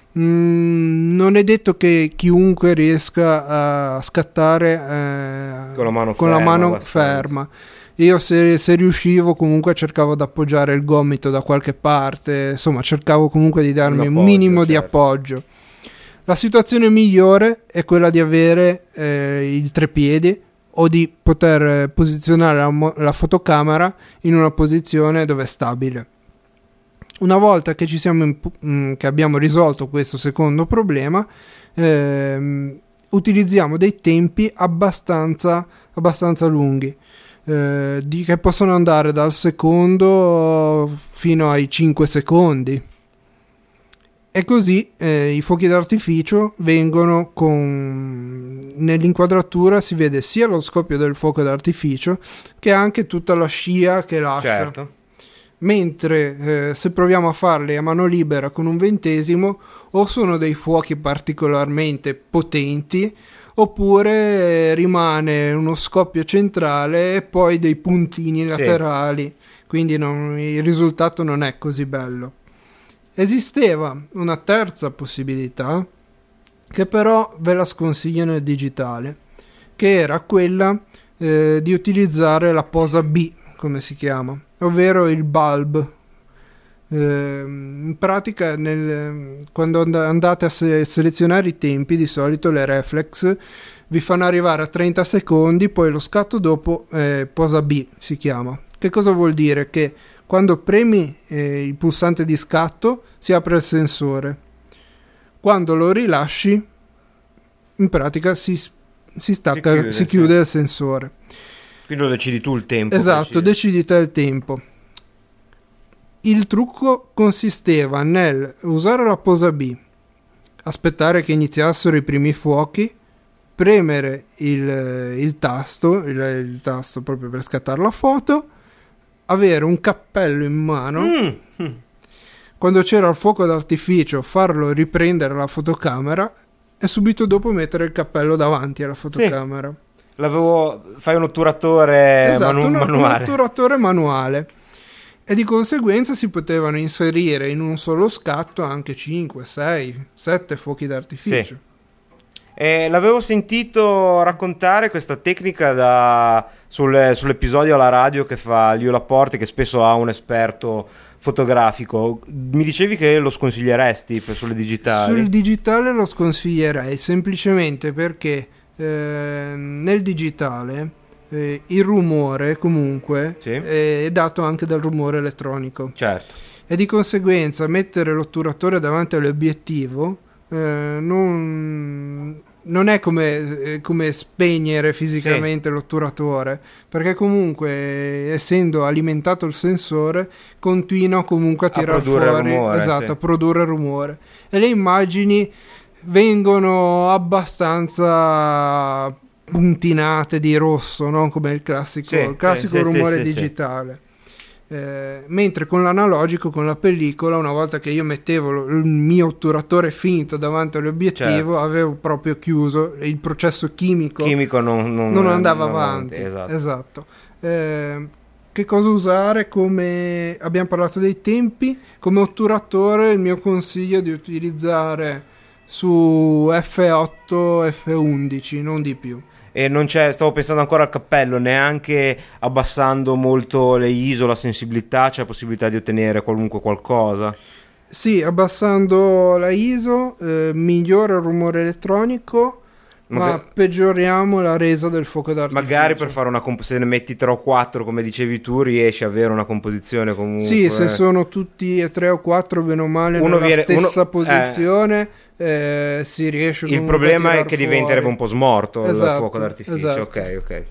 Mm, non è detto che chiunque riesca a scattare eh, Con la mano con la ferma, mano abbastanza. ferma. Io se, se riuscivo comunque cercavo di appoggiare il gomito da qualche parte, insomma cercavo comunque di darmi un, appoggio, minimo di certo. appoggio. La situazione migliore è quella di avere eh, il treppiedi o di poter eh, posizionare la, mo- la fotocamera in una posizione dove è stabile. Una volta che ci siamo imp- mh, che abbiamo risolto questo secondo problema, ehm, utilizziamo dei tempi abbastanza, abbastanza lunghi. Eh, di, che possono andare dal secondo fino ai cinque secondi, e così eh, i fuochi d'artificio vengono con nell'inquadratura si vede sia lo scoppio del fuoco d'artificio che anche tutta la scia che lascia. Certo. Mentre eh, se proviamo a farli a mano libera con un ventesimo, o sono dei fuochi particolarmente potenti, oppure rimane uno scoppio centrale e poi dei puntini laterali, quindi non, il risultato non è così bello. Esisteva una terza possibilità che però ve la sconsiglio nel digitale, che era quella eh, di utilizzare la posa B, come si chiama, ovvero il bulb. Eh, in pratica nel, quando and- andate a se- selezionare i tempi, di solito le reflex vi fanno arrivare a trenta secondi, poi lo scatto dopo eh, posa B si chiama. Che cosa vuol dire? Che quando premi eh, il pulsante di scatto si apre il sensore, quando lo rilasci in pratica si, si stacca, si chiude, si chiude il sensore. Quindi lo decidi tu il tempo. Esatto, decidi te il tempo. Il trucco consisteva nel usare la posa B, aspettare che iniziassero i primi fuochi, premere il, il tasto, il, il tasto proprio per scattare la foto, avere un cappello in mano, mm. quando c'era il fuoco d'artificio farlo riprendere la fotocamera e subito dopo mettere il cappello davanti alla fotocamera. Sì. L'avevo, fai un otturatore esatto, manu- un, manuale. un otturatore manuale. E di conseguenza si potevano inserire in un solo scatto anche cinque, sei, sette fuochi d'artificio. Sì. E l'avevo sentito raccontare questa tecnica da, sul, sull'episodio alla radio che fa Lio Laporte, che spesso ha un esperto fotografico. Mi dicevi che lo sconsiglieresti per, sulle digitali? Sul digitale lo sconsiglierei semplicemente perché eh, nel digitale eh, il rumore comunque sì. è dato anche dal rumore elettronico. Certo. E di conseguenza mettere l'otturatore davanti all'obiettivo eh, non... non è come, eh, come spegnere fisicamente sì. l'otturatore, perché comunque essendo alimentato il sensore continua comunque a tirare fuori rumore, esatto, sì. a produrre rumore, e le immagini vengono abbastanza puntinate di rosso, non come il classico, sì, il classico sì, rumore sì, digitale. Sì. Eh, mentre con l'analogico, con la pellicola, una volta che io mettevo lo, il mio otturatore finto davanti all'obiettivo, certo. avevo proprio chiuso il processo chimico, chimico non, non, non andava non avanti, avanti. Esatto, esatto. Eh, che cosa usare? Come abbiamo parlato dei tempi, come otturatore il mio consiglio è di utilizzare su effe otto, effe undici, non di più. E non c'è, stavo pensando ancora al cappello, neanche abbassando molto le I S O, la sensibilità, c'è la possibilità di ottenere qualunque qualcosa? Sì, abbassando la I S O eh, migliora il rumore elettronico, Maga- ma peggioriamo la resa del fuoco d'artificio. Magari per fare una comp- se ne metti tre o quattro come dicevi tu riesci a avere una composizione comunque. Sì, se sono tutti e tre o quattro bene o male uno nella viene, stessa uno, posizione eh, eh, si riesce comunque. Il problema a è che fuori. diventerebbe un po' smorto esatto, il fuoco d'artificio. Esatto. Ok, ok.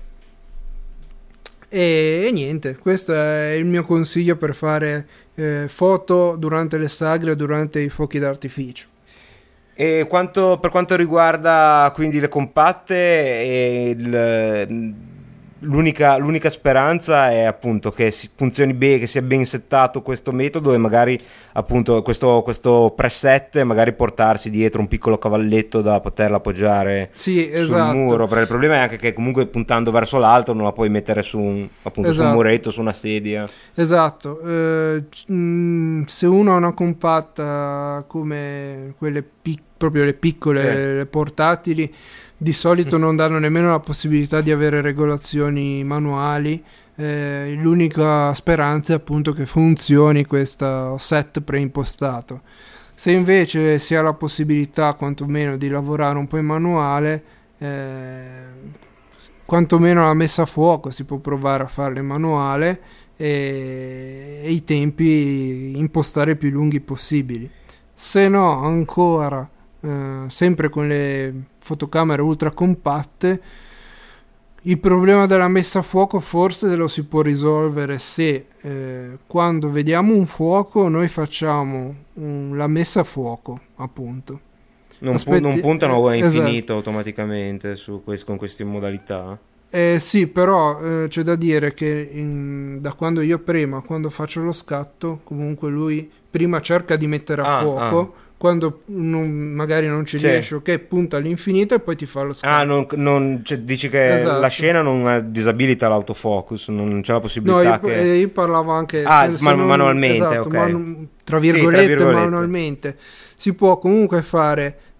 E, e niente, questo è il mio consiglio per fare eh, foto durante le sagre, durante i fuochi d'artificio. E quanto, per quanto riguarda quindi le compatte, e il, l'unica, l'unica speranza è appunto che si funzioni bene, che sia ben settato questo metodo e magari appunto questo, questo preset, magari portarsi dietro un piccolo cavalletto da poterla appoggiare sì, sul esatto. muro, perché il problema è anche che comunque puntando verso l'alto non la puoi mettere su un, appunto, esatto. su un muretto, su una sedia. Esatto, eh, mh, se uno ha una compatta come quelle piccole, proprio le piccole, sì. le portatili, di solito non danno nemmeno la possibilità di avere regolazioni manuali. Eh, l'unica speranza è appunto che funzioni questo set preimpostato. Se invece si ha la possibilità quantomeno di lavorare un po' in manuale, eh, quantomeno la messa a fuoco si può provare a farla in manuale e, e i tempi impostare più lunghi possibili. Se no ancora Uh, sempre con le fotocamere ultra compatte, il problema della messa a fuoco forse lo si può risolvere se eh, quando vediamo un fuoco noi facciamo un, la messa a fuoco, appunto non, Aspetti- pu- non puntano a eh, infinito esatto. automaticamente su quest- con queste modalità. Eh, sì, però eh, c'è da dire che in, da quando io prima, quando faccio lo scatto, comunque lui prima cerca di mettere a ah, fuoco ah. quando non, magari non ci sì. riesce, ok, punta all'infinito e poi ti fa lo scatto. Ah, non, non, cioè, dici che esatto. la scena non disabilita l'autofocus, non c'è la possibilità. No, io, che... eh, io parlavo anche ah, se, se man- non, manualmente, esatto, ok. manu- tra, virgolette, sì, tra virgolette manualmente. Si può comunque fare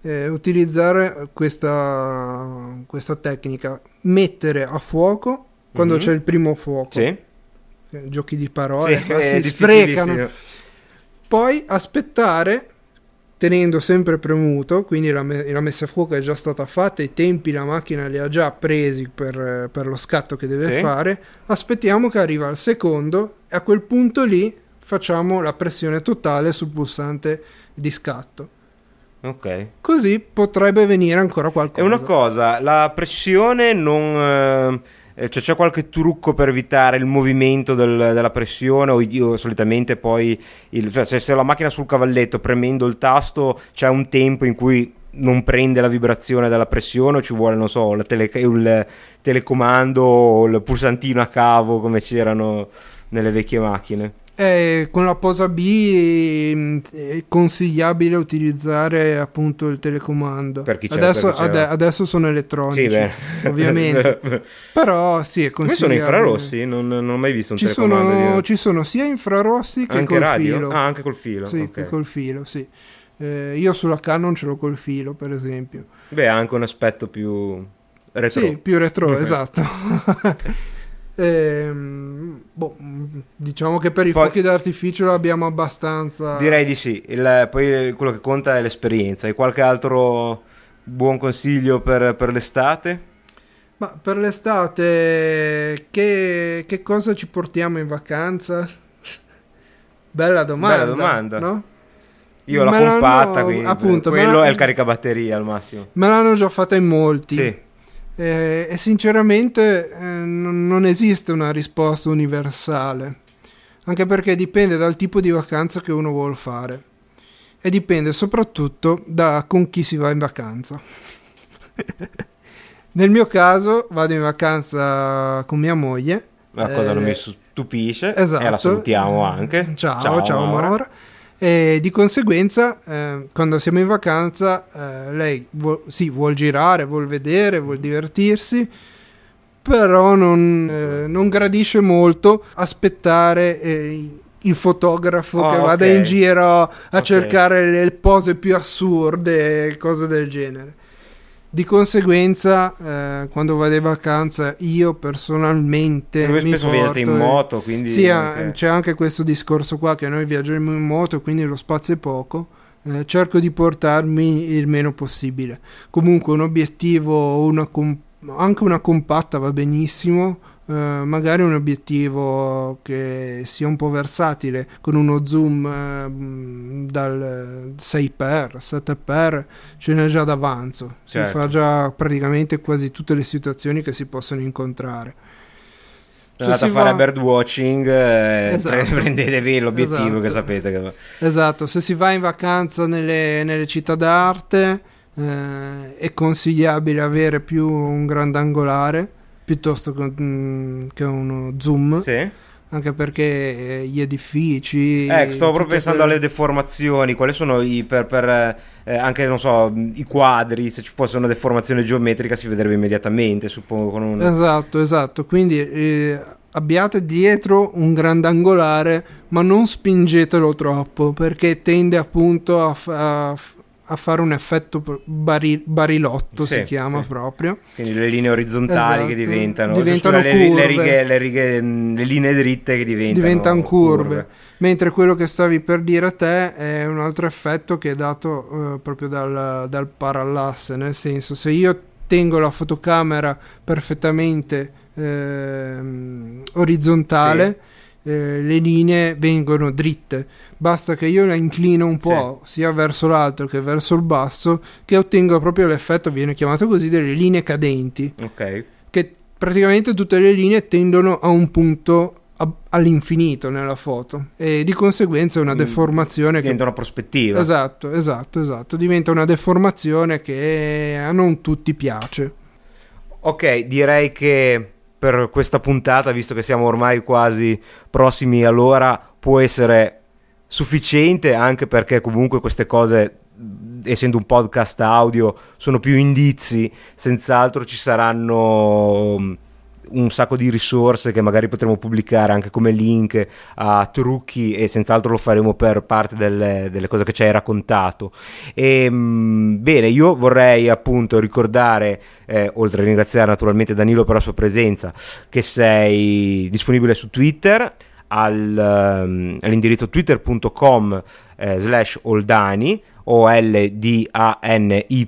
eh, utilizzare questa, questa tecnica, mettere a fuoco quando Mhm. c'è il primo fuoco. Sì. Eh, giochi di parole, Sì, ma è si sprecano. difficilissimo. Poi aspettare, tenendo sempre premuto, quindi la, me- la messa a fuoco è già stata fatta, i tempi la macchina li ha già presi per, per lo scatto che deve Sì. fare, aspettiamo che arriva il secondo e a quel punto lì facciamo la pressione totale sul pulsante di scatto. Ok. Così potrebbe venire ancora È qualcosa. una cosa, la pressione non... eh, cioè c'è qualche trucco per evitare il movimento del- della pressione o io solitamente poi il, cioè se, se la macchina sul cavalletto premendo il tasto c'è un tempo in cui non prende la vibrazione della pressione o ci vuole non so la tele- il telecomando o il pulsantino a cavo come c'erano nelle vecchie macchine. Eh, con la posa B mh, è consigliabile utilizzare appunto il telecomando. Per chi c'è- adesso, per chi c'è- ade- adesso sono elettronici, Sì, beh. ovviamente. Però sì, è Come sono consigliabile. infrarossi? Non, non ho mai visto un Ci telecomando sono, di... ci sono sia infrarossi che Anche col radio? filo. Ah, anche col filo. Sì, ok. col filo, sì. Eh, io sulla Canon ce l'ho col filo, per esempio. Beh, ha anche un aspetto più retro. Sì, più retro, esatto. Ehm, boh, diciamo che per i Poi- fuochi d'artificio l'abbiamo abbastanza. Direi di sì. Il- poi quello che conta è l'esperienza. Hai qualche altro buon consiglio per, per l'estate? Ma per l'estate, che, che cosa ci portiamo in vacanza? Bella domanda. Bella domanda. No? Io ho la Me l'hanno- compatta, quindi appunto, me quello l'hanno- è il caricabatteria al massimo. Me l'hanno già fatta in molti. Sì. Eh, e sinceramente eh, non, non esiste una risposta universale, anche perché dipende dal tipo di vacanza che uno vuole fare e dipende soprattutto da con chi si va in vacanza. Nel mio caso vado in vacanza con mia moglie. La cosa non Eh, mi stupisce. esatto. E la salutiamo anche. Ciao, ciao, Maura. Maura. E di conseguenza, eh, quando siamo in vacanza, eh, lei vuol, sì, vuol girare, vuol vedere, vuol divertirsi, però non, eh, non gradisce molto aspettare eh, il fotografo Oh, che vada ok. in giro a Ok. cercare le pose più assurde e cose del genere. Di conseguenza, eh, quando vado in vacanza, io personalmente Lui mi spesso viaggia in porto- moto, quindi... Sì, anche- eh, c'è anche questo discorso qua che noi viaggiamo in moto, quindi lo spazio è poco. Eh, cerco di portarmi il meno possibile. Comunque un obiettivo, una com- anche una compatta va benissimo. eh, magari un obiettivo che sia un po' versatile con uno zoom eh, dal sei x sette x ce n'è già d'avanzo, si Certo. fa già praticamente quasi tutte le situazioni che si possono incontrare. Se andate a si fare va- birdwatching, eh, Esatto. pre- prendetevi l'obiettivo Esatto. che sapete che... Esatto, se si va in vacanza nelle, nelle città d'arte eh, è consigliabile avere più un grandangolare piuttosto che, mm, che uno zoom, Sì? anche perché eh, gli edifici... Eh, stavo proprio tutte pensando quelle- alle deformazioni, quali sono i per, per eh, anche non so, i quadri, se ci fosse una deformazione geometrica si vedrebbe immediatamente, suppongo con un... Esatto, esatto, quindi eh, abbiate dietro un grandangolare ma non spingetelo troppo perché tende appunto a, fa- a f- a fare un effetto bari- barilotto, Sì, si chiama sì. proprio. Quindi le linee orizzontali che Esatto. diventano, Diventano scusa, le, le curve. righe, le righe, mh, le linee dritte che diventano, Diventano curve. Mentre quello che stavi per dire a te è un altro effetto che è dato eh, proprio dal, dal parallasse, nel senso se io tengo la fotocamera perfettamente ehm, orizzontale, eh, le linee vengono dritte, basta che io la inclino un po' sia verso l'alto che verso il basso che ottengo proprio l'effetto, viene chiamato così, delle linee cadenti, Ok. che praticamente tutte le linee tendono a un punto a- all'infinito nella foto e di conseguenza è una Mm, deformazione che Diventa una prospettiva. esatto, esatto, esatto, diventa una deformazione che a non tutti piace. Ok, direi che per questa puntata, visto che siamo ormai quasi prossimi all'ora, può essere sufficiente, anche perché comunque queste cose, essendo un podcast audio, sono più indizi, senz'altro ci saranno un sacco di risorse che magari potremo pubblicare anche come link a trucchi, e senz'altro lo faremo per parte delle, delle cose che ci hai raccontato. E, mh, bene, io vorrei appunto ricordare, eh, oltre a ringraziare naturalmente Danilo per la sua presenza, che sei disponibile su Twitter al, um, all'indirizzo twitter punto com eh, slash oldani, o L D A N Y,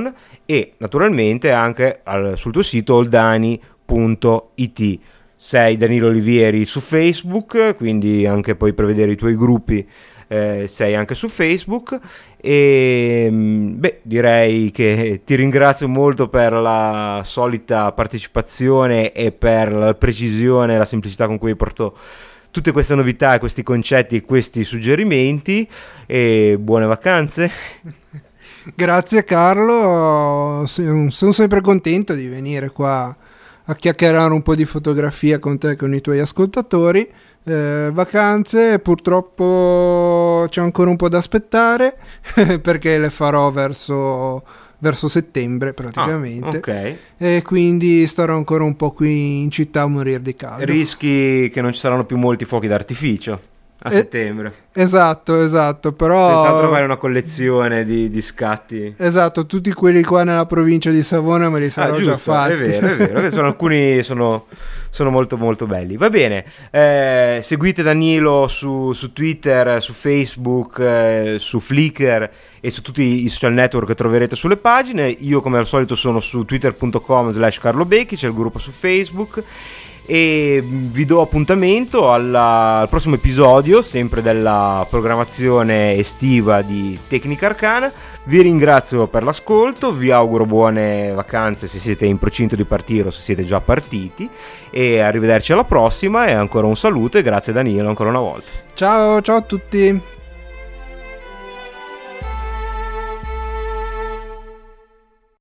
e naturalmente anche al, sul tuo sito oldani punto it. Sei Danilo Olivieri su Facebook, quindi anche poi per vedere i tuoi gruppi eh, sei anche su Facebook. E beh, direi che ti ringrazio molto per la solita partecipazione e per la precisione e la semplicità con cui porto tutte queste novità, questi concetti e questi suggerimenti, e buone vacanze. Grazie Carlo, sono sempre contento di venire qua a chiacchierare un po' di fotografia con te e con i tuoi ascoltatori. Eh, vacanze purtroppo c'è ancora un po' da aspettare perché le farò verso, verso settembre praticamente. Ah, ok. E quindi starò ancora un po' qui in città a morire di caldo. Rischi che non ci saranno più molti fuochi d'artificio a eh, settembre. Esatto, esatto, però senza trovare una collezione di, di scatti. Esatto, tutti quelli qua nella provincia di Savona me li sarò ah, giusto, già fatti. È vero, è vero, che sono alcuni sono, sono molto molto belli. Va bene, eh, seguite Danilo su, su Twitter, su Facebook, eh, su Flickr e su tutti i social network che troverete sulle pagine. Io come al solito sono su twitter punto com slash Carlo Becchi, c'è il gruppo su Facebook. E vi do appuntamento alla, al prossimo episodio, sempre della programmazione estiva di Tecnica Arcana. Vi ringrazio per l'ascolto, vi auguro buone vacanze se siete in procinto di partire o se siete già partiti, e arrivederci alla prossima, e ancora un saluto e grazie Danilo ancora una volta. Ciao, ciao a tutti.